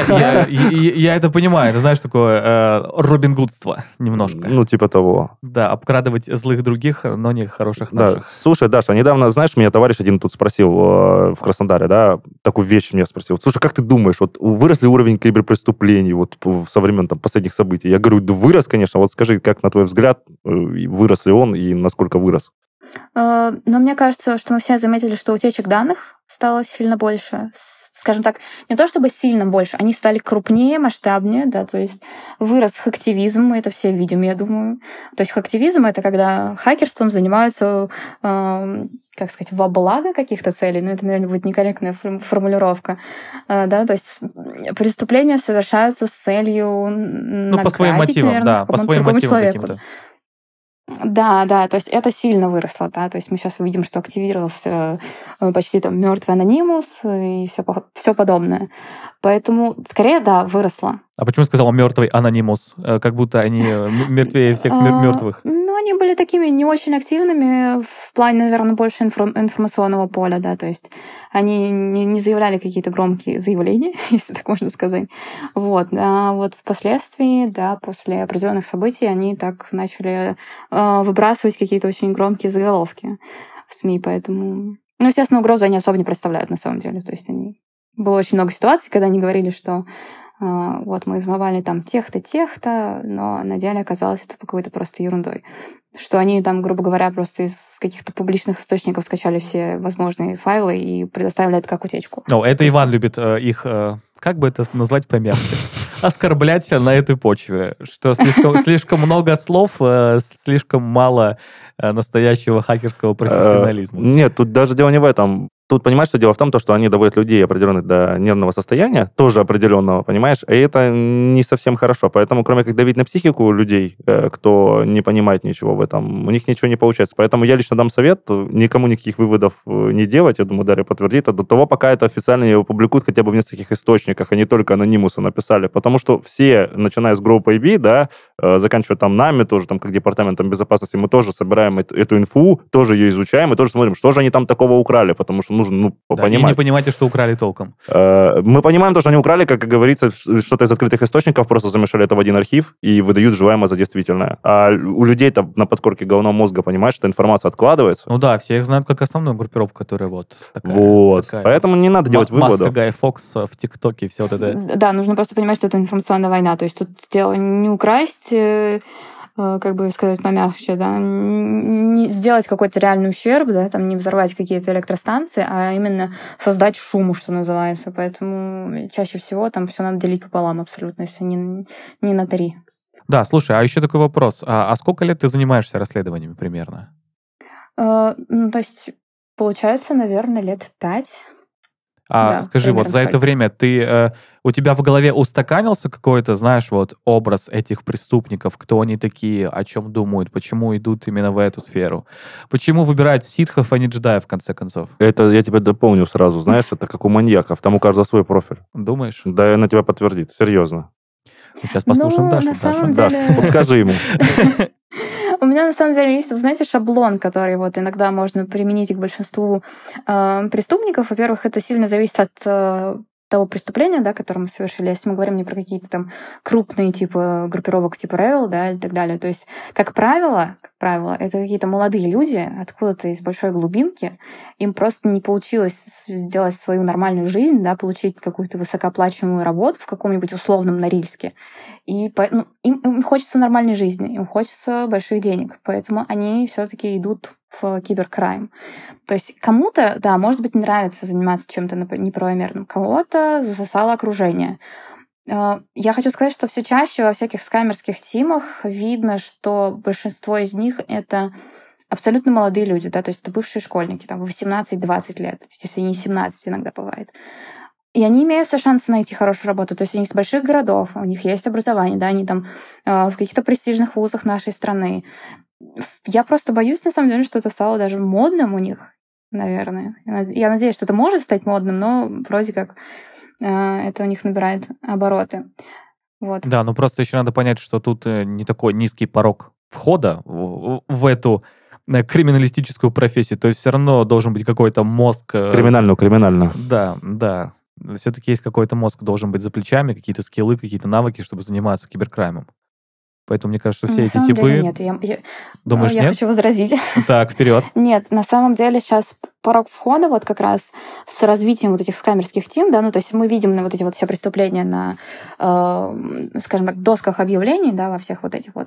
Я это понимаю. Это, знаешь, такое робингудство немножко. Ну, типа того. Да, обкрадывать злых других, но не хороших наших. Да. Слушай, Даша, недавно, знаешь, меня товарищ один тут спросил в Краснодаре, да, такую вещь меня спросил. Слушай, как ты думаешь, вот вырос ли уровень киберпреступлений вот со времен там последних событий? Я говорю, да вырос, конечно. Вот скажи, как на твой взгляд, вырос ли он и насколько вырос? Но мне кажется, что мы все заметили, что утечек данных стало сильно больше. Скажем так, не то чтобы сильно больше, они стали крупнее, масштабнее, да, то есть вырос хактивизм, мы это все видим, я думаю. То есть хактивизм — это когда хакерством занимаются, как сказать, во благо каких-то целей, но это, наверное, будет некорректная формулировка, да, то есть преступления совершаются с целью наградить, по своим мотивам, наверное, да, по своим мотивам каким-то. Да, то есть это сильно выросло, да, то есть мы сейчас увидим, что активировался почти там мертвый анонимус и все подобное. Поэтому, скорее, да, выросло. А почему сказала мертвый анонимус? Как будто они мертвее всех мертвых. Ну, они были такими не очень активными в плане, наверное, больше информационного поля, да, то есть они не заявляли какие-то громкие заявления, если так можно сказать. Вот, а вот впоследствии, да, после определенных событий они так начали выбрасывать какие-то очень громкие заголовки в СМИ, поэтому... Ну, естественно, угрозу они особо не представляют на самом деле, то есть было очень много ситуаций, когда они говорили, что вот мы взломали там тех-то, но на деле оказалось это какой-то просто ерундой. Что они там, грубо говоря, просто из каких-то публичных источников скачали все возможные файлы и предоставили это как утечку. Это Иван любит их, как бы это назвать помягче, оскорблять на этой почве, что слишком много слов, слишком мало настоящего хакерского профессионализма. Нет, тут даже дело не в этом. Тут, понимаешь, что дело в том, что они доводят людей определенных до нервного состояния, тоже определенного, понимаешь, и это не совсем хорошо. Поэтому, кроме как давить на психику людей, кто не понимает ничего в этом, у них ничего не получается. Поэтому я лично дам совет никому никаких выводов не делать, я думаю, Дарья подтвердит, до того, пока это официально не опубликуют хотя бы в нескольких источниках, а не только анонимусы написали. Потому что все, начиная с Group IB, да, заканчивая там нами тоже, там, как департаментом безопасности, мы тоже собираем эту инфу, тоже ее изучаем и тоже смотрим, что же они там такого украли, потому что нужно, понимать. И не понимаете, что украли толком. Мы понимаем то, что они украли, как говорится, что-то из открытых источников, просто замешали это в один архив и выдают желаемое за действительное. А у людей-то на подкорке головного мозга, понимаешь, что информация откладывается. Ну да, все их знают как основную группировку, которая вот такая. Вот. Поэтому не надо делать выводов. Маска, Гай Фокс в ТикТоке, все вот это. Да, нужно просто понимать, что это информационная война. То есть тут дело не украсть как бы сказать помягче, да, не сделать какой-то реальный ущерб, да, там не взорвать какие-то электростанции, а именно создать шум, что называется. Поэтому чаще всего там все надо делить пополам абсолютно, если не на 3. Да, слушай, а еще такой вопрос. А сколько лет ты занимаешься расследованиями примерно? То есть, получается, наверное, лет 5. Да, скажи, вот за это время у тебя в голове устаканился какой-то, знаешь, вот образ этих преступников, кто они такие, о чем думают, почему идут именно в эту сферу? Почему выбирают ситхов, а не джедаев, в конце концов? Это я тебя дополню сразу, знаешь, это как у маньяков, там у каждого свой профиль. Думаешь? Да, она тебя подтвердит, серьезно. Сейчас послушаем Дашу. На самом деле... Да, вот скажи ему. У меня, на самом деле, есть, вы знаете, шаблон, который вот иногда можно применить к большинству преступников. Во-первых, это сильно зависит от того преступления, да, которое мы совершили. Если мы говорим не про какие-то там крупные типа группировок типа Rebel, да, и так далее. То есть, как правило, это какие-то молодые люди откуда-то из большой глубинки. Им просто не получилось сделать свою нормальную жизнь, да, получить какую-то высокооплачиваемую работу в каком-нибудь условном Норильске. И им хочется нормальной жизни, им хочется больших денег. Поэтому они все-таки идут в киберкрайм. То есть кому-то, да, может быть, нравится заниматься чем-то неправомерным, кого-то засосало окружение. Я хочу сказать, что все чаще во всяких скамерских тимах видно, что большинство из них — это абсолютно молодые люди, да, то есть это бывшие школьники, там, 18-20 лет, если не 17 иногда бывает. И они имеют все шансы найти хорошую работу. То есть они из больших городов, у них есть образование, да, они там в каких-то престижных вузах нашей страны. Я просто боюсь, на самом деле, что это стало даже модным у них, наверное. Я надеюсь, что это может стать модным, но вроде как это у них набирает обороты. Вот. Да, ну просто еще надо понять, что тут не такой низкий порог входа в эту криминалистическую профессию. То есть все равно должен быть какой-то мозг... Криминальную. Да. Все-таки есть какой-то мозг, должен быть за плечами, какие-то скиллы, какие-то навыки, чтобы заниматься киберкраймом. Поэтому мне кажется, что все эти типы... Нет, Думаешь, я нет? хочу возразить. Так, вперед. Нет, на самом деле сейчас порог входа вот как раз с развитием вот этих скамерских тим, да, ну то есть мы видим на вот эти вот все преступления на, скажем так, досках объявлений, да, во всех вот этих вот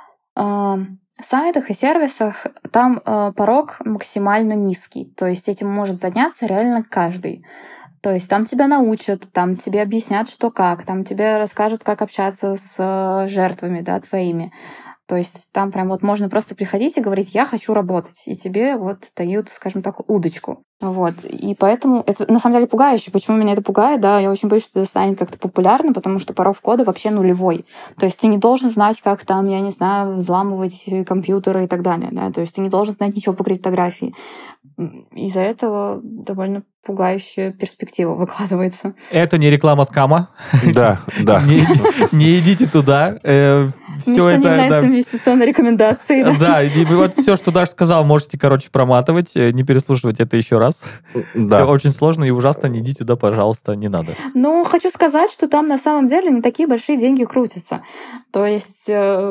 сайтах и сервисах, там порог максимально низкий. То есть этим может заняться реально каждый. То есть там тебя научат, там тебе объяснят, что как, там тебе расскажут, как общаться с жертвами, да, твоими. То есть там прям вот можно просто приходить и говорить: я хочу работать, и тебе вот дают, скажем так, удочку. Вот. И поэтому это на самом деле пугающе. Почему меня это пугает? Да, я очень боюсь, что это станет как-то популярно, потому что порог входа вообще нулевой. То есть ты не должен знать, как там, я не знаю, взламывать компьютеры и так далее. Да? То есть ты не должен знать ничего по криптографии. Из-за этого довольно пугающая перспектива выкладывается. Это не реклама скама. Да. Не идите туда. Все это не является инвестиционной рекомендацией. Да, и вот все, что Даша сказал, можете, проматывать, не переслушивать это еще раз. Да. Все очень сложно и ужасно, не идите туда, пожалуйста, не надо. Ну, хочу сказать, что там на самом деле не такие большие деньги крутятся. То есть...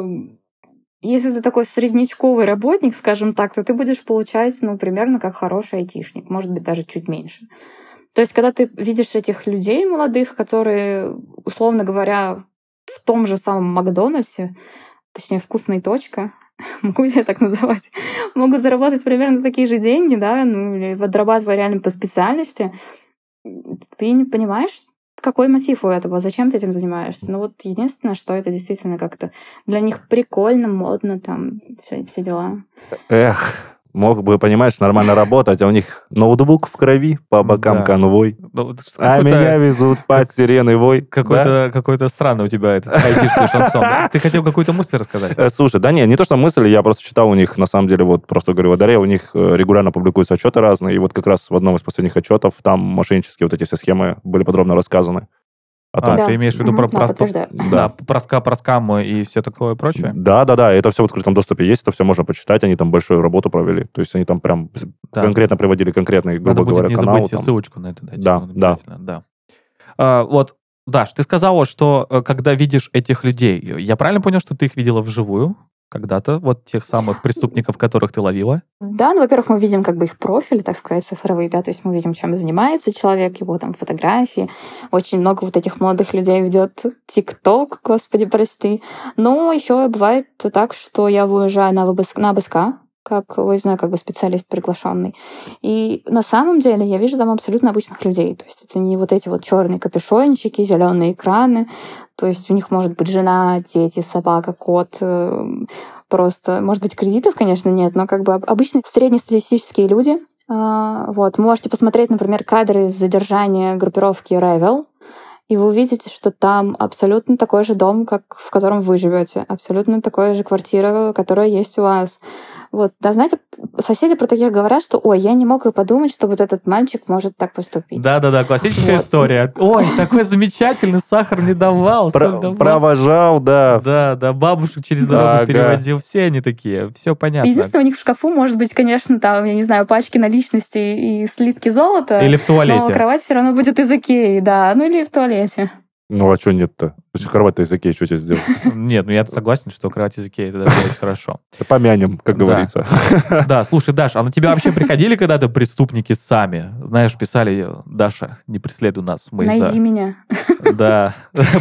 Если ты такой среднячковый работник, скажем так, то ты будешь получать, примерно как хороший айтишник, может быть, даже чуть меньше. То есть, когда ты видишь этих людей молодых, которые, условно говоря, в том же самом Макдональдсе, точнее, вкусная точка, могу я так называть, могут заработать примерно такие же деньги, да, или подрабатывая реально по специальности, ты не понимаешь, какой мотив у этого? Зачем ты этим занимаешься? Ну вот единственное, что это действительно как-то для них прикольно, модно, там, все дела. Эх, мог бы, понимаешь, нормально работать, а у них ноутбук в крови, по бокам конвой. А меня везут под сирены вой. Какой-то странный у тебя этот айтишный шансон. Ты хотел какую-то мысль рассказать? Слушай, да не то, что мысль, я просто читал у них, на самом деле, вот просто говорю, в Даре у них регулярно публикуются отчеты разные, и вот как раз в одном из последних отчетов там мошеннические вот эти все схемы были подробно рассказаны. Ты имеешь в виду про скам и все такое прочее? Да, это все в открытом доступе есть, это все можно почитать, они там большую работу провели, то есть они там прям конкретно приводили конкретные, грубо говоря, каналы. Не забудьте ссылочку на это дать. Да. Вот, Даш, ты сказала, что когда видишь этих людей, я правильно понял, что ты их видела вживую? когда-то, вот тех самых преступников, которых ты ловила? Да, ну, во-первых, мы видим как бы их профили, так сказать, цифровые, да, то есть мы видим, чем занимается человек, его там фотографии. Очень много вот этих молодых людей ведет ТикТок, господи, прости. Но еще бывает так, что я выезжаю на ОБСК, как выездной как бы специалист приглашенный. И на самом деле я вижу там абсолютно обычных людей. То есть это не вот эти вот черные капюшончики, зеленые экраны. То есть у них может быть жена, дети, собака, кот. Просто, может быть, кредитов, конечно, нет, но как бы обычные среднестатистические люди. Вот. Можете посмотреть, например, кадры из задержания группировки Ревел, и вы увидите, что там абсолютно такой же дом, как в котором вы живете, абсолютно такая же квартира, которая есть у вас. Вот, да, знаете, соседи про таких говорят, что, ой, я не мог и подумать, что вот этот мальчик может так поступить. Да-да-да, классическая история. Ой, такой замечательный, сахар не давал. Провожал, да. Да, бабушек через дорогу переводил. Все они такие, все понятно. Единственное, у них в шкафу может быть, конечно, там, я не знаю, пачки наличности и слитки золота. Или в туалете. Но кровать все равно будет из Икеи, да, ну или в туалете. Ну, а что нет-то? Кровать-то из Икеи, что тебе сделать? Нет, ну я согласен, что кровать из Икеи, это даже очень хорошо. Помянем, как говорится. Да, слушай, Даш, а на тебя вообще приходили когда-то преступники сами? Знаешь, писали, Даша, не преследуй нас. Найди меня. Да,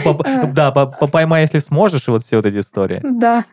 поймай, если сможешь, и вот все вот эти истории. Да.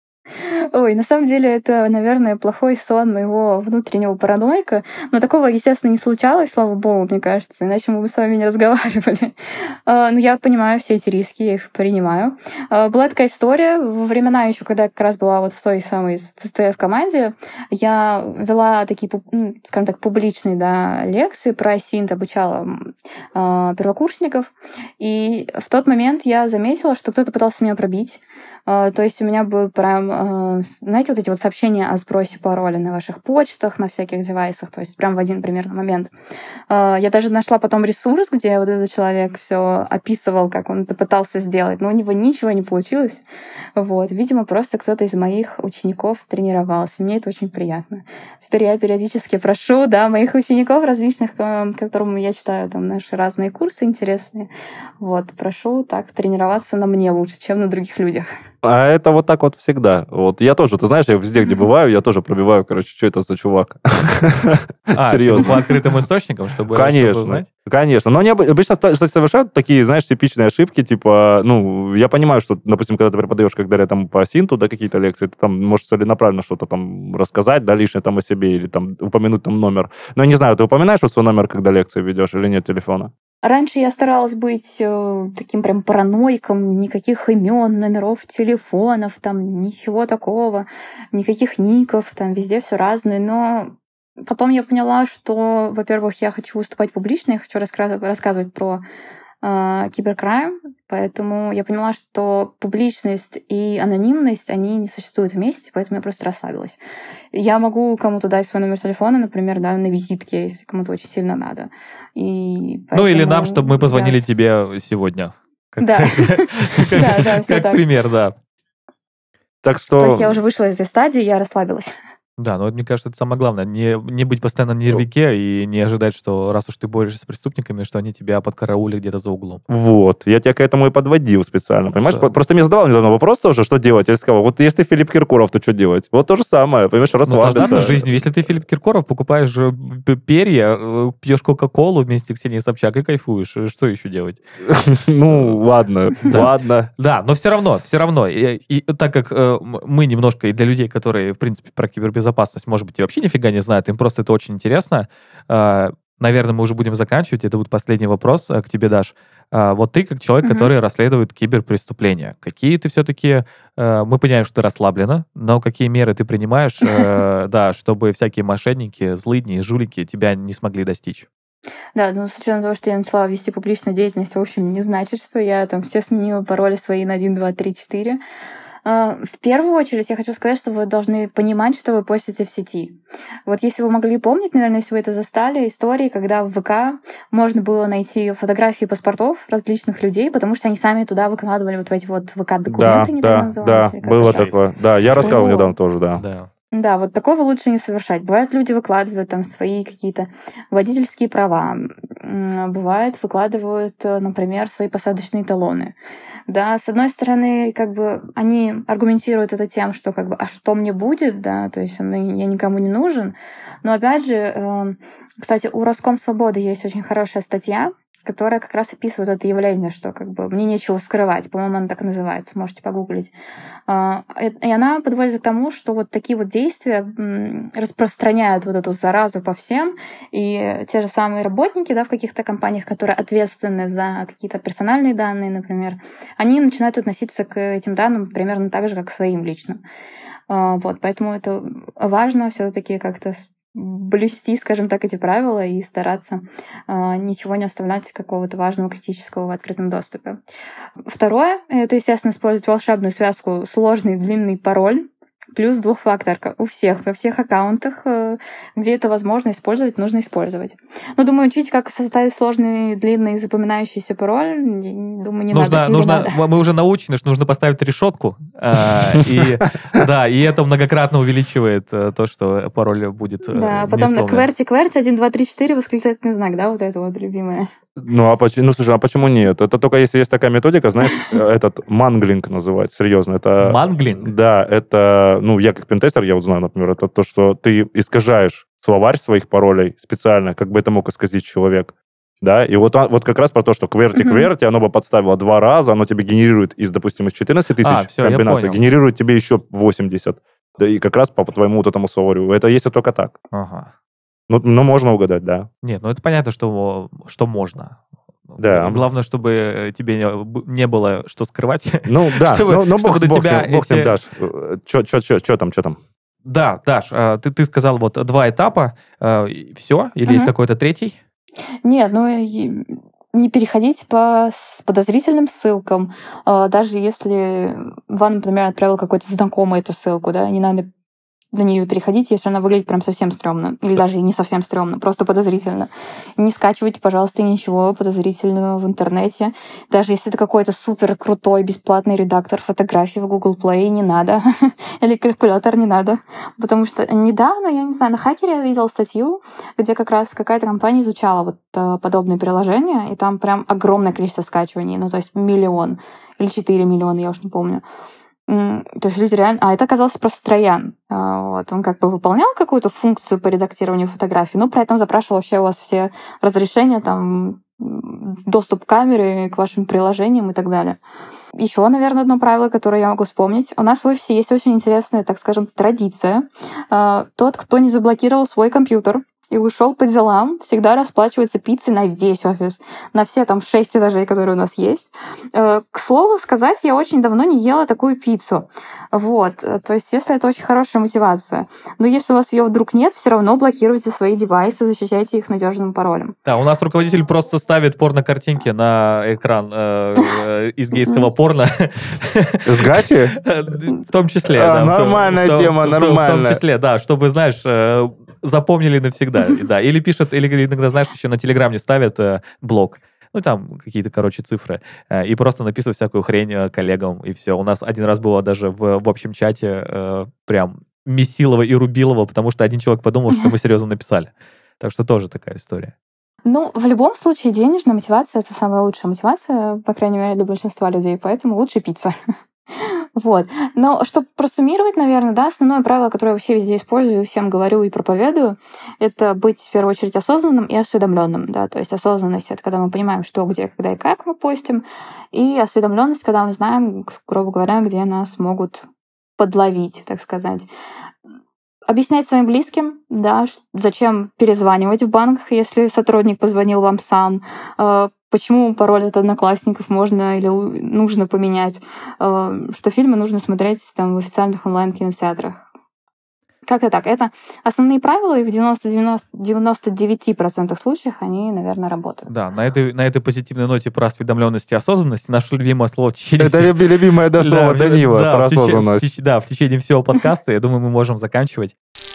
Ой, на самом деле это, наверное, плохой сон моего внутреннего параноика. Но такого, естественно, не случалось, слава богу, мне кажется, иначе мы бы с вами не разговаривали. Но я понимаю все эти риски, я их принимаю. Была такая история во времена еще, когда я как раз была вот в той самой ЦТФ команде, я вела такие, скажем так, публичные, да, лекции про синт, обучала первокурсников. И в тот момент я заметила, что кто-то пытался меня пробить. То есть у меня был прям, знаете, вот эти вот сообщения о сбросе пароля на ваших почтах, на всяких девайсах, то есть прям в один примерно момент. Я даже нашла потом ресурс, где вот этот человек все описывал, как он это пытался сделать, но у него ничего не получилось. Вот. Видимо, просто кто-то из моих учеников тренировался. Мне это очень приятно. Теперь я периодически прошу, да, моих учеников различных, которым я читаю там наши разные курсы интересные, вот, прошу так тренироваться на мне лучше, чем на других людях. А это вот так вот всегда. Вот я тоже, ты знаешь, я везде, где бываю, я тоже пробиваю, короче, что это за чувак. Серьезно. По открытым источникам, чтобы узнать? Конечно. Но они обычно, кстати, совершают такие, знаешь, типичные ошибки, типа, ну, я понимаю, что, допустим, когда ты преподаешь, как говорят, там, по синту, да, какие-то лекции, ты там можешь целенаправленно что-то там рассказать, да, лишнее там о себе, или там упомянуть там номер. Но я не знаю, ты упоминаешь вот свой номер, когда лекции ведешь, или нет телефона? Раньше я старалась быть таким прям параноиком, никаких имен, номеров телефонов, там ничего такого, никаких ников, там везде все разное. Но потом я поняла, что, во-первых, я хочу выступать публично, я хочу рассказывать про киберкрайм, поэтому я поняла, что публичность и анонимность, они не существуют вместе, поэтому я просто расслабилась. Я могу кому-то дать свой номер телефона, например, да, на визитке, если кому-то очень сильно надо. И ну или нам, чтобы мы позвонили тебе сегодня. Да, да, все так. Как пример, да. Так что... То есть я уже вышла из этой стадии, я расслабилась. Да, но мне кажется, это самое главное. Не быть постоянно на нервике и не ожидать, что раз уж ты борешься с преступниками, что они тебя подкараулят где-то за углом. Вот. Я тебя к этому и подводил специально. Понимаешь? Что? Просто мне задавал недавно вопрос тоже, что делать. Я сказал, вот если ты Филипп Киркоров, то что делать? Вот то же самое. Понимаешь, расслабиться. Наслаждаться жизнью. Если ты Филипп Киркоров, покупаешь перья, пьешь Кока-Колу вместе с Ксенией Собчак и кайфуешь. Что еще делать? Ну, ладно. Ладно. Да, но все равно. И так как мы немножко, и для людей, которые, в принципе, про кибербезопасность, может быть, и вообще нифига не знают, им просто это очень интересно. Наверное, мы уже будем заканчивать. Это будет последний вопрос к тебе, Даш. Вот ты, как человек, который расследует киберпреступления, какие ты все-таки... Мы понимаем, что ты расслаблена, но какие меры ты принимаешь, да, чтобы всякие мошенники, злыдни и жулики тебя не смогли достичь? Да, ну, с учетом того, что я начала вести публичную деятельность, в общем, не значит, что я там все сменила пароли свои на 1, 2, 3, 4. В первую очередь я хочу сказать, что вы должны понимать, что вы постите в сети. Вот если вы могли помнить, наверное, если вы это застали, истории, когда в ВК можно было найти фотографии паспортов различных людей, потому что они сами туда выкладывали вот эти вот ВК-документы, да, назывались. Да, было такое. Да, я рассказывал недавно тоже, да. Да, вот такого лучше не совершать. Бывает, люди выкладывают там свои какие-то водительские права, бывает, выкладывают, например, свои посадочные талоны. Да, с одной стороны, как бы они аргументируют это тем, что как бы, а что мне будет, да, то есть я никому не нужен. Но опять же, кстати, у Роскомсвободы есть очень хорошая статья, которая как раз описывает это явление, что как бы мне нечего скрывать. По-моему, она так и называется, можете погуглить. И она подводит к тому, что вот такие вот действия распространяют вот эту заразу по всем, и те же самые работники, да, в каких-то компаниях, которые ответственны за какие-то персональные данные, например, они начинают относиться к этим данным примерно так же, как к своим личным. Вот, поэтому это важно все-таки как-то блюсти, скажем так, эти правила и стараться ничего не оставлять какого-то важного, критического в открытом доступе. Второе — это, естественно, использовать волшебную связку сложный длинный пароль плюс двухфакторка у всех, во всех аккаунтах, где это возможно использовать, нужно использовать. Но, думаю, учить, как составить сложный, длинный, запоминающийся пароль, думаю, не надо. Мы уже научены, что нужно поставить решетку, и это многократно увеличивает то, что пароль будет Да, потом на кверти, 1, 2, 3, 4, восклицательный знак, да, вот это вот любимое. Слушай, а почему нет? Это только если есть такая методика, знаешь, этот манглинг называется, серьезно. Это манглинг? Да, это, я как пентестер, я вот знаю, например, это то, что ты искажаешь словарь своих паролей специально, как бы это мог исказить человек. Да, и вот как раз про то, что кверти, оно бы подставило 2 раза, оно тебе генерирует из, допустим, из 14 тысяч комбинаций, генерирует тебе еще 80. Да, и как раз по твоему вот этому словарю. Это если только так. Ага. Ну, можно угадать, да. Нет, это понятно, что можно. Да. Главное, чтобы тебе не было что скрывать. Ну, да. Бог с ним, Даш. Что там? Да, Даш, ты сказал вот 2 этапа. Все? Или есть какой-то третий? Нет, не переходить по подозрительным ссылкам. Даже если вам, например, отправил какой-то знакомый эту ссылку, да, не надо на нее переходить, если она выглядит прям совсем стрёмно. Или даже не совсем стрёмно, просто подозрительно. Не скачивайте, пожалуйста, ничего подозрительного в интернете. Даже если это какой-то супер крутой бесплатный редактор фотографий в Google Play, не надо. Или калькулятор не надо. Потому что недавно, я не знаю, на Хакере я видела статью, где как раз какая-то компания изучала вот подобные приложения, и там прям огромное количество скачиваний, то есть 1 миллион или 4 миллиона, я уж не помню. То есть люди реально... А это оказался просто троян. Вот. Он как бы выполнял какую-то функцию по редактированию фотографий, но при этом запрашивал вообще у вас все разрешения, там, доступ к камере, к вашим приложениям и так далее. Еще, наверное, одно правило, которое я могу вспомнить. У нас в офисе есть очень интересная, так скажем, традиция. Тот, кто не заблокировал свой компьютер и ушел по делам, всегда расплачивается пиццей на весь офис, на все там 6 этажей, которые у нас есть. К слову сказать, я очень давно не ела такую пиццу. Вот. То есть, если это очень хорошая мотивация. Но если у вас ее вдруг нет, все равно блокируйте свои девайсы, защищайте их надежным паролем. Да, у нас руководитель просто ставит порно-картинки на экран из гейского порно. С гачи? В том числе, да. Нормальная тема, нормальная. В том числе, да, чтобы, знаешь, запомнили навсегда. Да. Или пишет, или иногда, знаешь, еще на Телеграме ставят блок. Там какие-то, цифры. И просто написывают всякую хрень коллегам, и все. У нас один раз было даже в общем чате прям месилово и рубилово, потому что один человек подумал, что мы серьезно написали. Так что тоже такая история. В любом случае, денежная мотивация — это самая лучшая мотивация, по крайней мере, для большинства людей, поэтому лучше пицца. Вот. Но чтобы просуммировать, наверное, да, основное правило, которое я вообще везде использую, всем говорю и проповедую, это быть в первую очередь осознанным и осведомленным. Да? То есть осознанность — это когда мы понимаем, что, где, когда и как мы постим, и осведомленность, когда мы знаем, грубо говоря, где нас могут подловить, так сказать. Объяснять своим близким, да, зачем перезванивать в банк, если сотрудник позвонил вам сам, почему пароль от Одноклассников можно или нужно поменять, что фильмы нужно смотреть там в официальных онлайн-кинотеатрах. Как-то так. Это основные правила, и в 99% случаев они, наверное, работают. Да, на этой позитивной ноте про осведомленность и осознанность наше любимое слово в течение... Это любимое слово Данила про осознанность. Да, в течение всего подкаста, я думаю, мы можем заканчивать.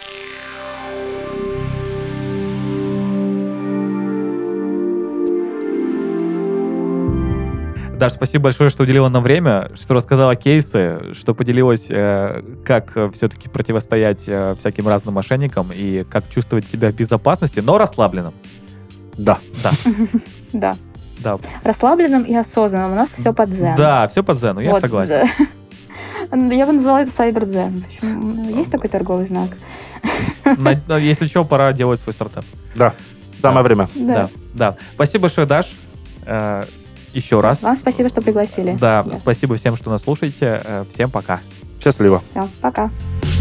Даш, спасибо большое, что уделила нам время, что рассказала кейсы, что поделилась, как все-таки противостоять всяким разным мошенникам и как чувствовать себя в безопасности, но расслабленным. Да. Да. Да. Расслабленным и осознанным. У нас все под дзен. Да, все под дзену, я согласен. Я бы назвала это сайбер-дзен. Есть такой торговый знак? Если что, пора делать свой стартап. Да. Самое время. Да. Спасибо большое, Даш. Еще раз. Вам спасибо, что пригласили. Да, спасибо всем, что нас слушаете. Всем пока. Счастливо. Все, пока.